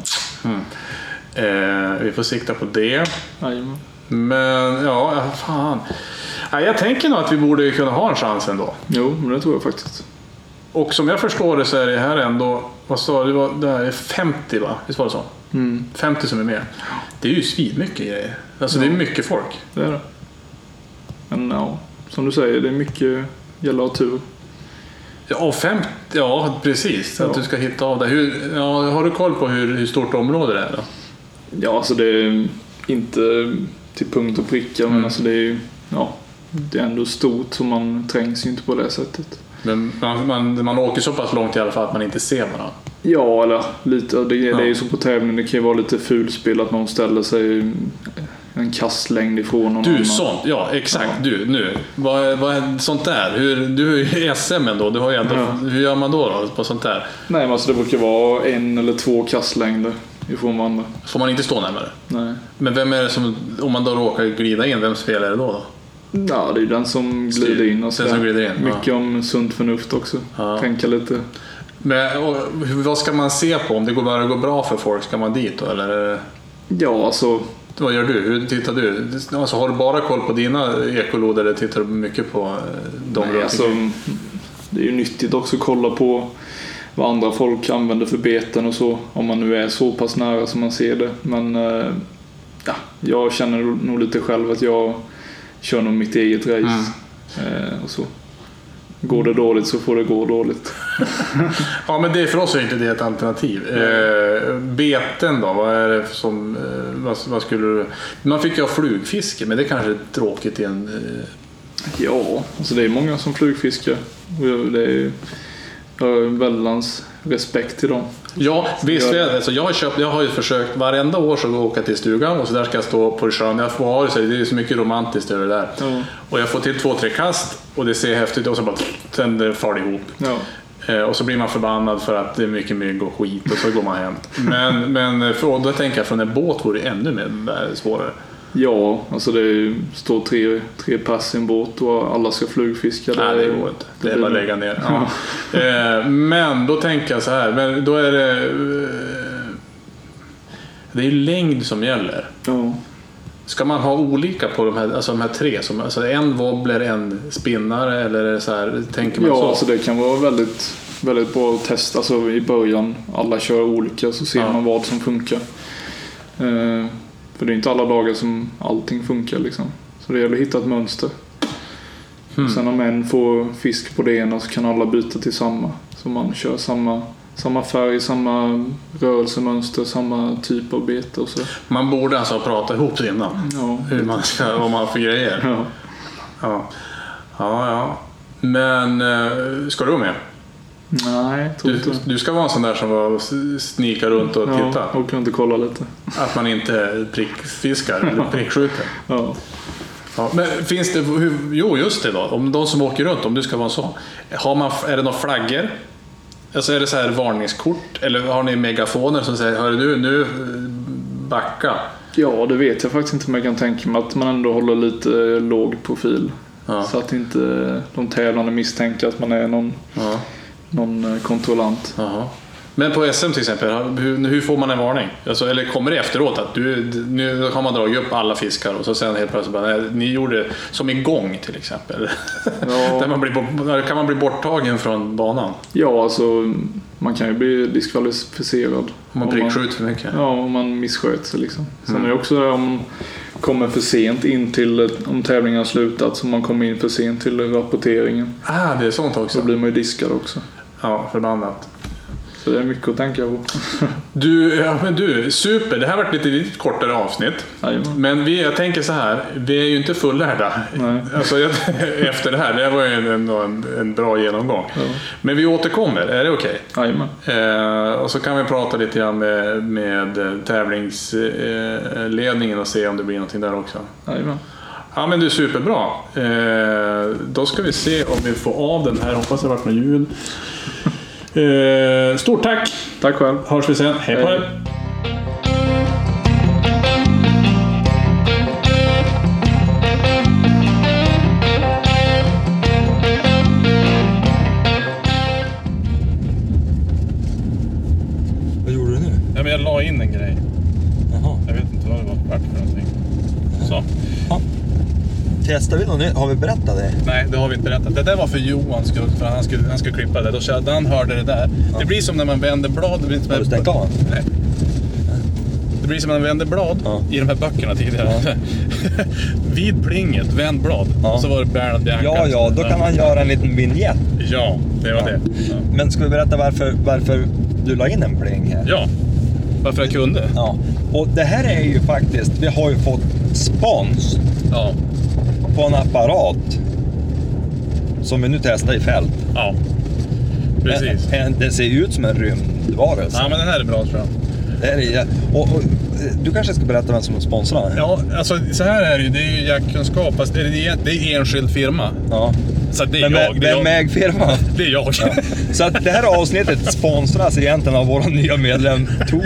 Vi får sikta på det. Jajamän. Men ja, fan. Jag tänker nog att vi borde kunna ha en chans ändå. Jo, men det tror jag faktiskt. Och som jag förstår det så är det här ändå, vad sa du, det är 50 va? Visst var det så? 50 som är med. Det är ju svinmycket grejer. Alltså det är mycket folk. Det är det. Men ja, som du säger, det är mycket gäller av tur. Ja, 50, ja precis. Ja. Att du ska hitta av det. Har du koll på hur stort område det är då? Ja, alltså det är inte till punkt och pricka, men alltså det är ju, det är ändå stort, så man trängs ju inte på det sättet. Men man åker så pass långt i alla fall att man inte ser varandra. Ja, eller lite. Det är ju så på tävling. Det kan ju vara lite fulspel att någon ställer sig en kastlängd ifrån någon annan. Sånt, ja exakt. Ja. Du, nu. Vad är sånt där? Du är ju SM ändå. Du har ju ändå, hur gör man då på sånt där? Nej, men alltså det brukar vara 1 eller 2 kastlängder ifrån varandra. Får man inte stå närmare? Nej. Men vem är det som, om man då råkar glida in, vem spelar det då? Ja, det är ju den som glider in. Alltså, den som glider in. Mycket om sunt förnuft också. Ja. Tänka lite. Men vad ska man se på? Om det bara går bra för folk, ska man dit då? Eller? Ja, alltså. Vad gör du? Hur tittar du? Alltså, har du bara koll på dina ekolod eller tittar du mycket på de? Nej, alltså, det är ju nyttigt också att kolla på vad andra folk använder för beten och så. Om man nu är så pass nära som man ser det. Men Ja, jag känner nog lite själv att jag kör nog mitt eget race. Och så. Går det dåligt så får det gå dåligt. Ja, men det för oss är inte det ett alternativ. Beten då, vad är det som vad skulle du... Man fick ju ha flugfiske, men det kanske är tråkigt i en... Ja, alltså det är många som flugfiskar. Det är jag har väldans respekt till dem. Ja, visst. Alltså jag har ju försökt varenda år så åka till stugan och så där ska jag stå på sjön. Jag får ha det är så mycket romantiskt över det där. Ja. Och jag får till 2-3 kast och det ser häftigt och så bara sen far det ihop. Ja. Och så blir man förbannad för att det är mycket mygg och skit och så går man hem. Men då tänker jag från en båt vore det ännu mer svårare. Ja, alltså det står tre pass i en båt och alla ska flugfiska. Nej, det går inte. Det är bara att lägga ner. Ja. Men då tänker jag så här, men då är det är ju längd som gäller. Ja. Ska man ha olika på de här tre? Alltså en wobbler, en spinnare eller är det så här, tänker man så? Ja, alltså det kan vara väldigt, väldigt bra att testa. Alltså i början, alla kör olika så ser man vad som funkar. För det är inte alla dagar som allting funkar liksom. Så det gäller att hitta ett mönster. Sen om en får fisk på det ena så kan alla byta till samma. Så man kör samma färg, samma rörelsemönster, samma typ av bete och så. Man borde alltså prata ihop sig innan. Ja. Hur man ska, vad man har för grejer. Ja. Men ska du vara med? Nej, tror inte. Du ska vara en sån där som var snika runt och titta. Ja, och inte kolla lite. Att man inte prickfiskar eller prickskjuter. Ja. Men finns det, jo just det då, om de som åker runt, om du ska vara en sån. Är det några flaggor? Alltså är det så här varningskort? Eller har ni megafoner som säger, hör du nu backa? Ja, det vet jag faktiskt inte, men jag kan tänka mig att man ändå håller lite låg profil. Ja. Så att inte de tävlande misstänker att man är någon kontrollant. Aha. Men på SM till exempel, hur får man en varning? Alltså, eller kommer det efteråt att nu har man dragit upp alla fiskar och så sen helt plötsligt bara, ni gjorde som igång till exempel. Ja. Där kan man bli borttagen från banan? Ja, alltså man kan ju bli diskvalificerad. Om man prickskjuter för mycket? Ja, om man missköter sig liksom. Sen är det också om man kommer för sent in till, om tävlingen har slutat, så man kommer in för sent till rapporteringen. Det är sånt också. Då blir man ju diskad också. Ja, förbannat. Så det är mycket att tänka på. Du, super. Det här har varit lite kortare avsnitt. Jajamän. Men jag tänker så här, vi är ju inte fullärda. Alltså, efter det här, det var ju en bra genomgång. Ja. Men vi återkommer, är det okej? Jajamän. Och så kan vi prata lite grann med tävlingsledningen och se om det blir någonting där också. Jajamän. Ja, men det är superbra. Då ska vi se om vi får av den här. Hoppas det har varit med ljud. Stort tack. Tack själv. Hörs vi sen. Hej på dig. Vad gjorde du nu? Ja, men jag la in en grej. Jaha. Jag vet inte vad det var värt för någonting. Så. Ja. Testar vi något? Har vi berättat det? Nej, det har vi inte berättat. Det där var för Johan, för han skulle klippa det. Då körde han, hörde det där. Ja. Det blir som när man vänder blad. Har du stängt av? Nej. Det blir som när man vänder blad i de här böckerna tidigare. Ja. Vid plinget, vänd blad. Ja. Så var det Bernhard Bianca. Ja, då kan man göra en liten vignett. Ja, det var det. Ja. Men ska vi berätta varför du la in en pling här? Ja, varför jag kunde. Ja, och det här är ju faktiskt, vi har ju fått spons. Ja. På en apparat som vi nu testar i fält. Ja, precis. Det ser ut som en rymdvarelse. Ja, men den här är bra tror jag. Det är, och du kanske ska berätta vem som sponsrar. Ja, alltså så här är det ju. Det är ju jaktkunskap. Alltså, det är enskild firma. Ja. Så det är jag. Vem är firma? Det är jag. Ja. Så att det här avsnittet sponsras egentligen av vår nya medlem Thomas.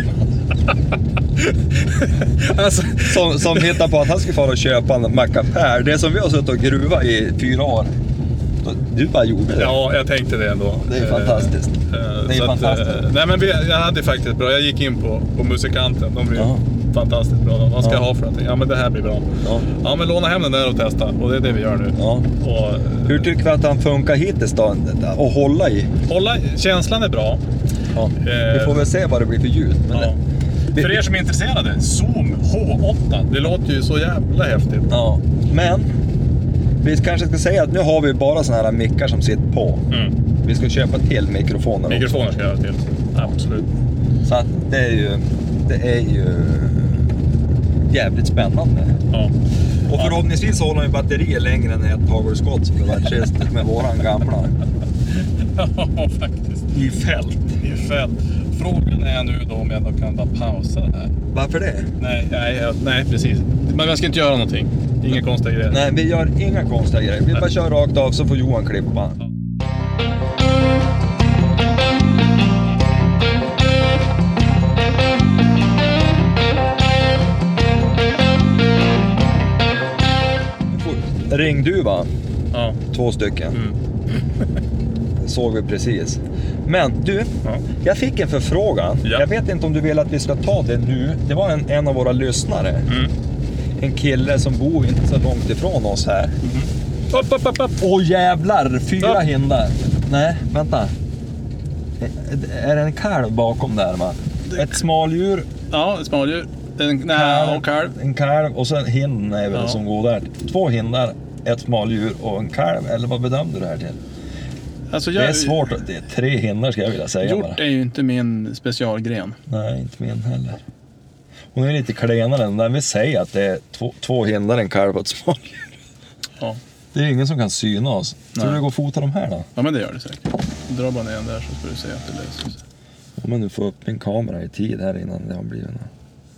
Alltså. Som hittar på att han ska få och köpa en mackapär. Det som vi har suttit och gruva i 4 år. Du bara gjorde det. Ja, jag tänkte det ändå. Det är fantastiskt. Det är fantastiskt. Nej, men jag hade faktiskt bra. Jag gick in på musikanten. De blir fantastiskt bra. Vad ska jag ha för någonting? Ja, men det här blir bra. Ja, men låna hem den där och testa. Och det är det vi gör nu. Ja. Och, hur tycker vi att han funkar hittills då? Och hålla i? Känslan är bra. Ja. Vi får väl se vad det blir för ljud. Men För er som är intresserade, Zoom H8. Det låter ju så jävla häftigt. Ja, men vi kanske ska säga att nu har vi bara såna här mickar som sitter på. Vi ska köpa till mikrofoner. Mikrofoner ska jag till. Absolut. Så att det är ju jävligt spännande. Ja. Och förhoppningsvis håller vi batterier längre än ett hagelskott som det var sist med våran gamla. Ja, faktiskt. I fält. I fält. Frågan är nu då om jag då kan bara pausa det här. Varför det? Nej, precis. Men jag ska inte göra någonting. Inga konstiga grejer. Nej, vi gör inga konstiga grejer. Vi bara kör rakt av så får Johan klippa. Ringduva. Ja. 2 stycken. Det såg vi precis. Men du, jag fick en förfrågan. Ja. Jag vet inte om du vill att vi ska ta det nu. Det var en av våra lyssnare. En kille som bor inte så långt ifrån oss här. Upp. Åh jävlar, 4 hindar. Nej, vänta. Är det en kalv bakom där, va? Ett smaldjur. Ja, ett smaldjur. Och kalv. En kalv och sen hinden är väl som går där. 2 hindar, ett smaldjur och en kalv. Eller vad bedömde du här till? Alltså Det är svårt. Det är 3 hindar ska jag vilja säga. Hjort bara. är ju inte min specialgren. Nej, inte min heller. Hon är lite klenare än den. Vi säger att det är 2 hindar, en kalv och ett smaldjur. Ja. Det är ingen som kan syna oss. Tror Nej. du det går att fota de här då? Ja, men det gör det säkert. Dra bara ner den där så ska du se att det löser sig. Men du får upp min kamera i tid här innan det har blivit något.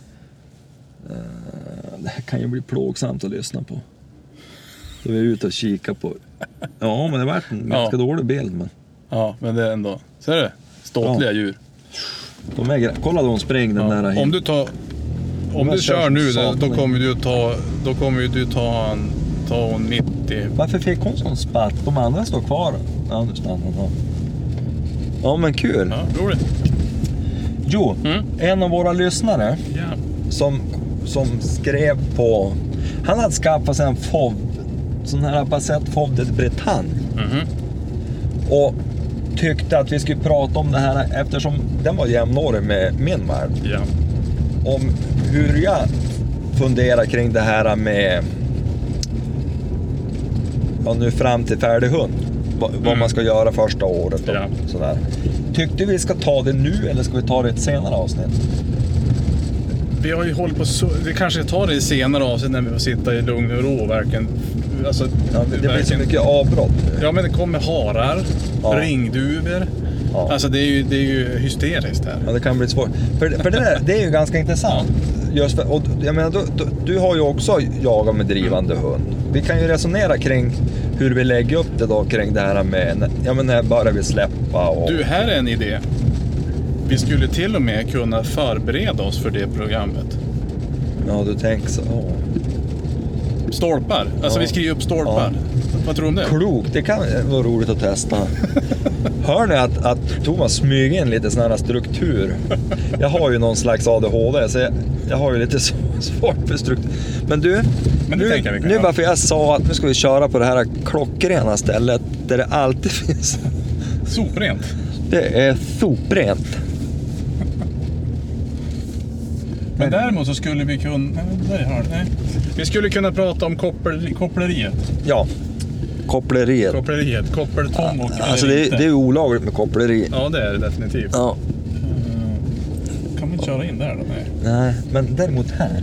Det här kan ju bli plågsamt att lyssna på. Så vi är ute och kika på. Ja, men det har varit en ganska dålig bild. Men... Ja, men det är ändå... Ser du? Ståtliga djur. De är kolla de spring den där. Om du tar... Om du kör nu, då kommer du ta... Då kommer du ta en 90. Varför fick hon sån spatt? De andra står kvar. Ja, nu stannar de. Ja, men kul. Ja, roligt. Jo, en av våra lyssnare som skrev på... Han hade skaffat sig en FOV, sån här Basset FOV de Bretagne. Och tyckte att vi skulle prata om det här eftersom den var jämnårig med min valp. Ja. Om hur jag funderar kring det här med nu fram till färdig hund. Vad man ska göra första året och sådär. Tyckte vi ska ta det nu eller ska vi ta det i ett senare avsnitt? Vi har ju hållit på vi kanske tar det i senare avsnitt när vi får sitta i lugn och ro verkligen. Alltså, det blir så mycket avbrott. Ja, men det kommer harar, ringduvor. Ja. Alltså det är ju hysteriskt här. Ja, det kan bli svårt. För det är ju ganska intressant. Just för, och jag menar, du har ju också jagat med drivande hund. Vi kan ju resonera kring hur vi lägger upp det då kring det här med, när börjar vi släppa och... Du, här är en idé. Vi skulle till och med kunna förbereda oss för det programmet. Ja, du tänker så. Stolpar. Alltså vi skriver upp stolpar. Vad tror du om det? Klokt, det kan vara roligt att testa. Hör ni att Thomas smyger in lite sån här struktur? Jag har ju någon slags ADHD så jag har ju lite svårt för struktur. Men du, nu varför jag sa att nu ska vi köra på det här klockrena stället där det alltid finns... Soprent. Det är soprent. Men däremot så skulle vi kunna... Vi skulle kunna prata om koppleriet. Ja, koppleriet. Koppeltång och... Alltså det är olagligt med koppleri. Ja, det är det definitivt. Ja. Kan vi inte köra in där då? Nej, men däremot här.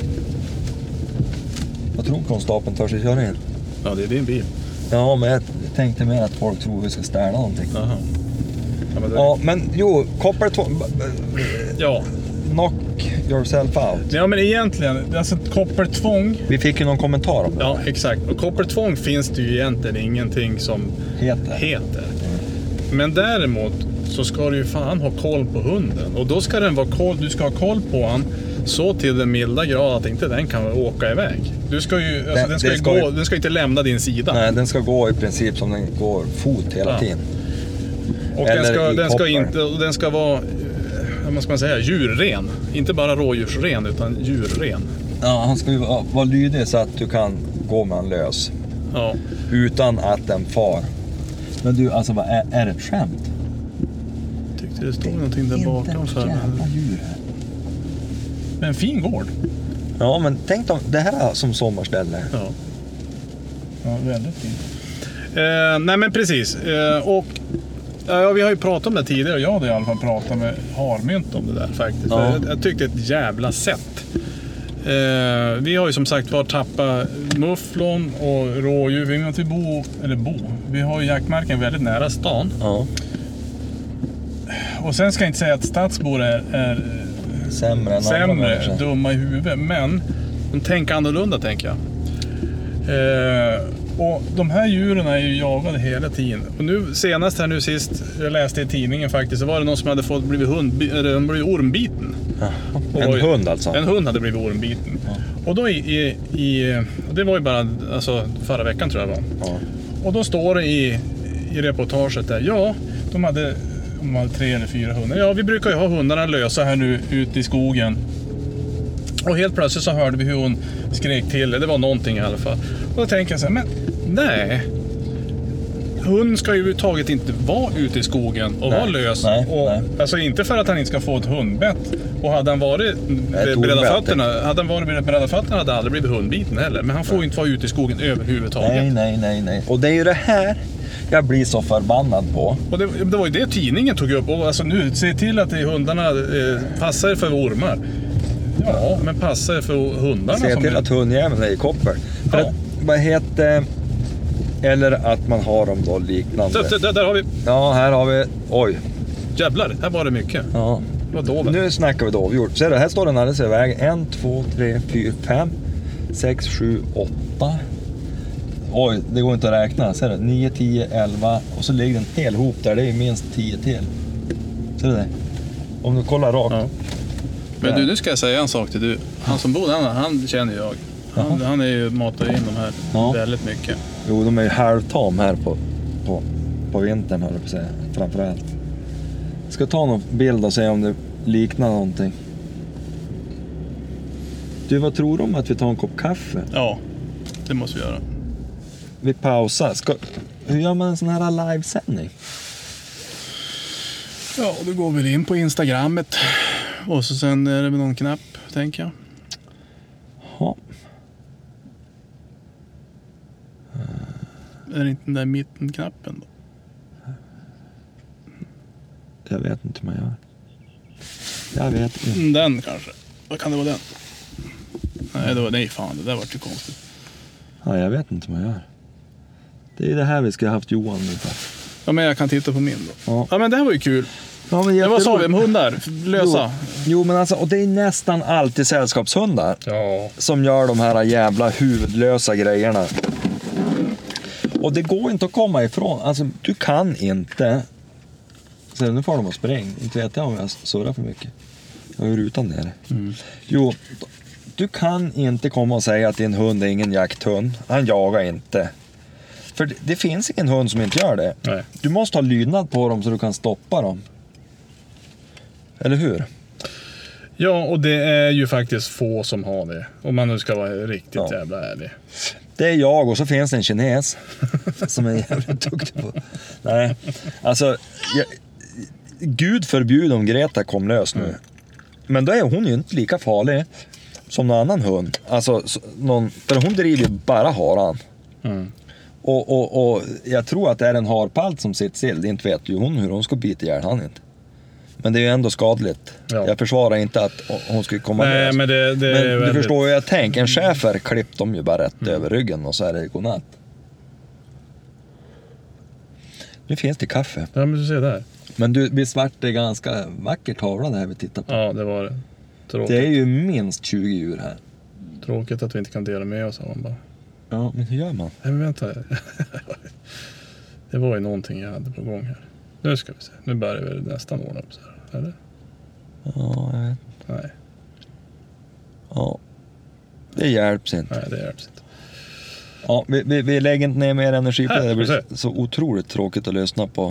Jag tror konstapeln tar sig köra in. Ja, det är din bil. Ja, men jag tänkte mer att folk tror vi ska ställa någonting. Aha. Men jo, koppeltång... Ja. Knock yourself out. Ja, men egentligen, alltså koppeltvång... Vi fick ju någon kommentar om det. Ja, exakt. Och koppeltvång finns det ju egentligen ingenting som heter. Men däremot så ska du ju fan ha koll på hunden. Och då ska den vara du ska ha koll på han så till den milda grad att inte den kan åka iväg. Du ska ju, den ska inte lämna din sida. Nej, den ska gå i princip som den går fot hela tiden. Och den ska vara, vad ska man säga, djurren. Inte bara rådjursren utan djurren. Ja, han ska ju vara lydig så att du kan gå med han lös. Ja. Utan att den far. Men du, alltså vad är det ett skämt? Tyckte det stod någonting där bakom för jävla djur här. Men en fin gård. Ja, men tänk om det här är som sommarställe. Ja, väldigt fint. Nej men precis. Och vi har ju pratat om det tidigare. Jag hade i alla fall pratat med Harmynt om det där faktiskt. Ja. Jag tyckte ett jävla sätt. Vi har ju som sagt var tappat mufflon och rådjur. Vi måste vi har ju jaktmarken väldigt nära stan. Ja. Och sen ska jag inte säga att stadsbor är sämre, dumma i huvudet. Men de tänker annorlunda, tänker jag. Och de här djuren är ju jagade hela tiden. Och nu senast här sist, jag läste i tidningen faktiskt, så var det någon som hade blivit ormbiten. Ja. En hund alltså? En hund hade blivit ormbiten. Ja. Och då det var ju bara förra veckan tror jag var. Ja. Och då står det i reportaget där, de hade 3 eller 4 hundar. Ja, vi brukar ju ha hundarna lösa här nu ute i skogen. Och helt plötsligt så hörde vi hur hon skrek till. Det var någonting i alla fall. Och då tänker jag så här, men nej. Hund ska ju överhuvudtaget inte vara ute i skogen och vara lös. Nej. Alltså inte för att han inte ska få ett hundbett. Och hade han varit bredda fötterna hade aldrig blivit hundbiten heller. Men han får ju inte vara ute i skogen överhuvudtaget. Nej. Och det är ju det här jag blir så förbannad på. Och det var ju det tidningen tog upp. Och alltså nu, se till att hundarna passar för ormar. Ja, men passar för hundarna. Se till att hundjäveln är i koppel. Ja. Vad heter... Eller att man har dem då liknande. Där har vi. Ja, här har vi... Oj. Jävlar, här var det mycket. Ja. Det var dovor. Nu snackar vi dovhjort. Se det, här står den alldeles i vägen. 1, 2, 3, 4, 5, 6, 7, 8. Oj, det går inte att räkna. Ser du? 9, 10, 11. Och så ligger en hel hop där. Det är minst 10 till. Ser du det? Om du kollar rakt. Ja. Men du, nu ska jag säga en sak till du. Han som bor där, han känner jag. Han är ju matat in de här väldigt mycket. Jo, de är ju halvtam här på vintern, höll jag på att säga. Framförallt. Jag ska ta någon bild och se om det liknar någonting. Du, vad tror du om att vi tar en kopp kaffe? Ja, det måste vi göra. Vi pausar. Hur gör man en sån här livesändning? Ja, då går vi in på Instagrammet. Och så sen är det med någon knapp, tänker jag. Ja. Är det inte den där mittenknappen då? Jag vet inte hur man gör. Jag vet inte. Den kanske. Vad kan det vara den? Nej, fan, det där var ju konstigt. Ja, jag vet inte hur man gör. Det är det här vi ska ha haft Johan nu för. Ja, men jag kan titta på min då. Ja, men det här var ju kul. Ja, men det var så vi med hundar, lösa. Jo, men alltså, och det är nästan alltid sällskapshundar som gör de här jävla huvudlösa grejerna. Och det går inte att komma ifrån. Alltså, du kan inte... Så nu får de att springa. Inte vet jag om jag surrar för mycket. Jag har ju rutan nere. Jo, du kan inte komma och säga att din hund är ingen jakthund. Han jagar inte. För det finns ingen hund som inte gör det. Nej. Du måste ha lydnad på dem så du kan stoppa dem. Eller hur? Ja, och det är ju faktiskt få som har det. Om man nu ska vara riktigt jävla ärlig. Det är jag, och så finns det en kines som är jävligt duktig på. Nej, alltså Gud förbjuder om Greta kom lös nu. Men då är hon ju inte lika farlig som någon annan hund. Alltså, för hon driver ju bara haran. Och jag tror att det är en harpalt som sitter still. Det inte vet ju hon hur hon ska bita ihjäl han inte. Men det är ju ändå skadligt. Ja. Jag försvarar inte att hon skulle komma lös. Men du förstår ju, jag tänker, en schäfer klippt dem ju bara rätt över ryggen och så är det godnatt. Nu finns det kaffe. Ja, men du ser där. Men du, visst vart det ganska vacker tavla det här vi tittar på? Ja, det var det. Tråkigt. Det är ju minst 20 djur här. Tråkigt att vi inte kan dela med oss av dem bara. Ja, men hur gör man? Nej, men vänta. Det var ju någonting jag hade på gång här. Nu ska vi se. Nu börjar vi nästan ordna upp så här. Eller? Ja, jag vet. Nej. Ja. Det hjälps inte. Nej, det hjälps inte. Ja, vi lägger inte ner mer energi på det. Det blir så otroligt tråkigt att lyssna på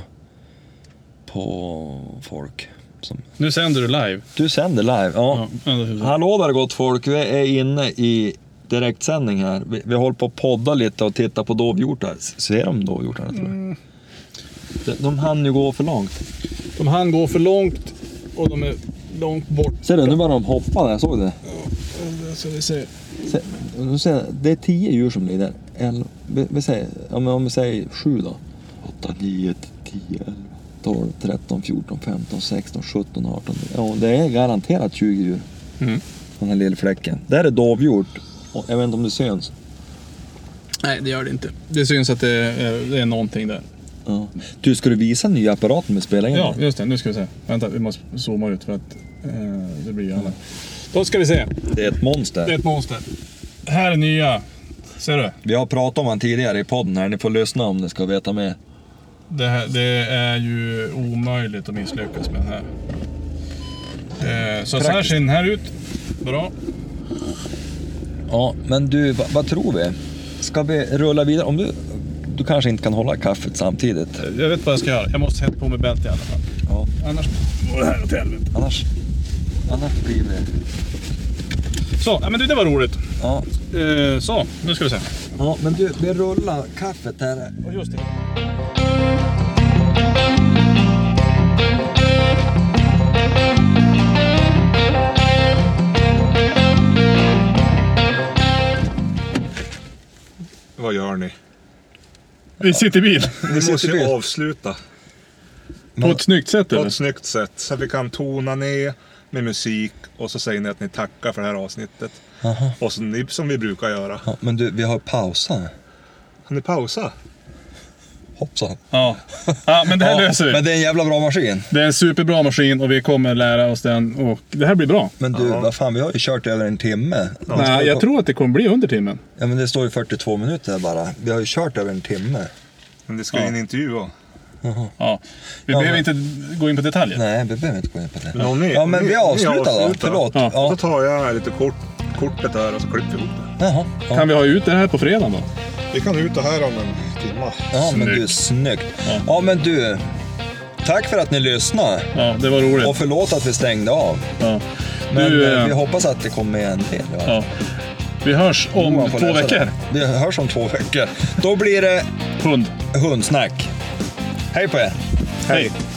folk. Nu sänder du live. Du sänder live, ja. Hallå där gott folk, vi är inne i direktsändning här. Vi håller på att podda lite och titta på dovhjortar. Ser de dovhjortarna, tror jag? De hann ju gå för långt. De hann gå för långt och de är långt bort. Ser du, nu bara de hoppar där, såg du det? Ja, så vi ser. Nu ser jag, det är 10 djur som ligger där. Vi säger, om vi säger 7 då. 8, 9, 10, 11, 12, 13, 14, 15, 16, 17, 18. Ja, det är garanterat 20 djur. Den här lilla fläcken. Där är dovhjort. Jag vet inte om det syns. Nej, det gör det inte. Det syns att det är någonting där. Ja. Du, ska du visa nya apparaten med spelningen? Ja, just det. Nu ska vi se. Vänta, vi måste zooma ut för att det blir alla. Då ska vi se. Det är ett monster. Det är ett monster. Här är nya. Ser du? Vi har pratat om han tidigare i podden här. Ni får lyssna om ni ska veta mer. Det är ju omöjligt att misslyckas med den här. Så här ser den här ut. Bra. Ja, men du, vad tror vi? Ska vi rulla vidare? Om du kanske inte kan hålla kaffet samtidigt. Jag vet vad jag ska göra. Jag måste sätta på mig bälte i alla fall. Ja. Annars går det här åt helvete. Annars blir det... Så, ja, men det var roligt. Ja. Så, nu ska vi se. Ja, men du, vi rullar kaffet här. Och just det. Vad gör ni? Vi sitter i bil. Vi måste ju avsluta På ett snyggt sätt, på eller? ett snyggt sätt. Så att vi kan tona ner med musik. Och så säger ni att ni tackar för det här avsnittet. Aha. Och så ni, som vi brukar göra. Ja, men du, vi har pausat. Har ni pausa? Hoppsan. Ja. Ja, men det här löser vi. Men det är en jävla bra maskin. Det är en superbra maskin och vi kommer lära oss den. Och det här blir bra. Men du, vad fan, vi har ju kört över en timme. Nej, jag tror att det kommer bli under timmen. Ja, men det står ju 42 minuter här bara. Vi har ju kört över en timme. Men det ska ju en intervju va? Ja. Vi Ja, behöver men- inte gå in på detaljer. Nej, vi behöver inte gå in på det. Men om ni, Ja, men ni- vi avslutar ni då. Förlåt. Ja. Så Ja. tar jag lite kortet här och så klipper vi ihop det. Jaha. Ja. Kan vi ha ut det här på fredag då? Vi kan ut det här om en timme. Ja, men Snyggt. du, snyggt. Ja. Ja, men du, tack för att ni lyssnade. Ja, det var roligt. Och förlåt att vi stängde av. Ja. Men Du, vi hoppas att det kommer en del. Ja. ja. Vi hörs om Johan får 2 läsa veckor. det. Vi hörs om 2 veckor. Då blir det Hund. hundsnack. Hej på er. Hej.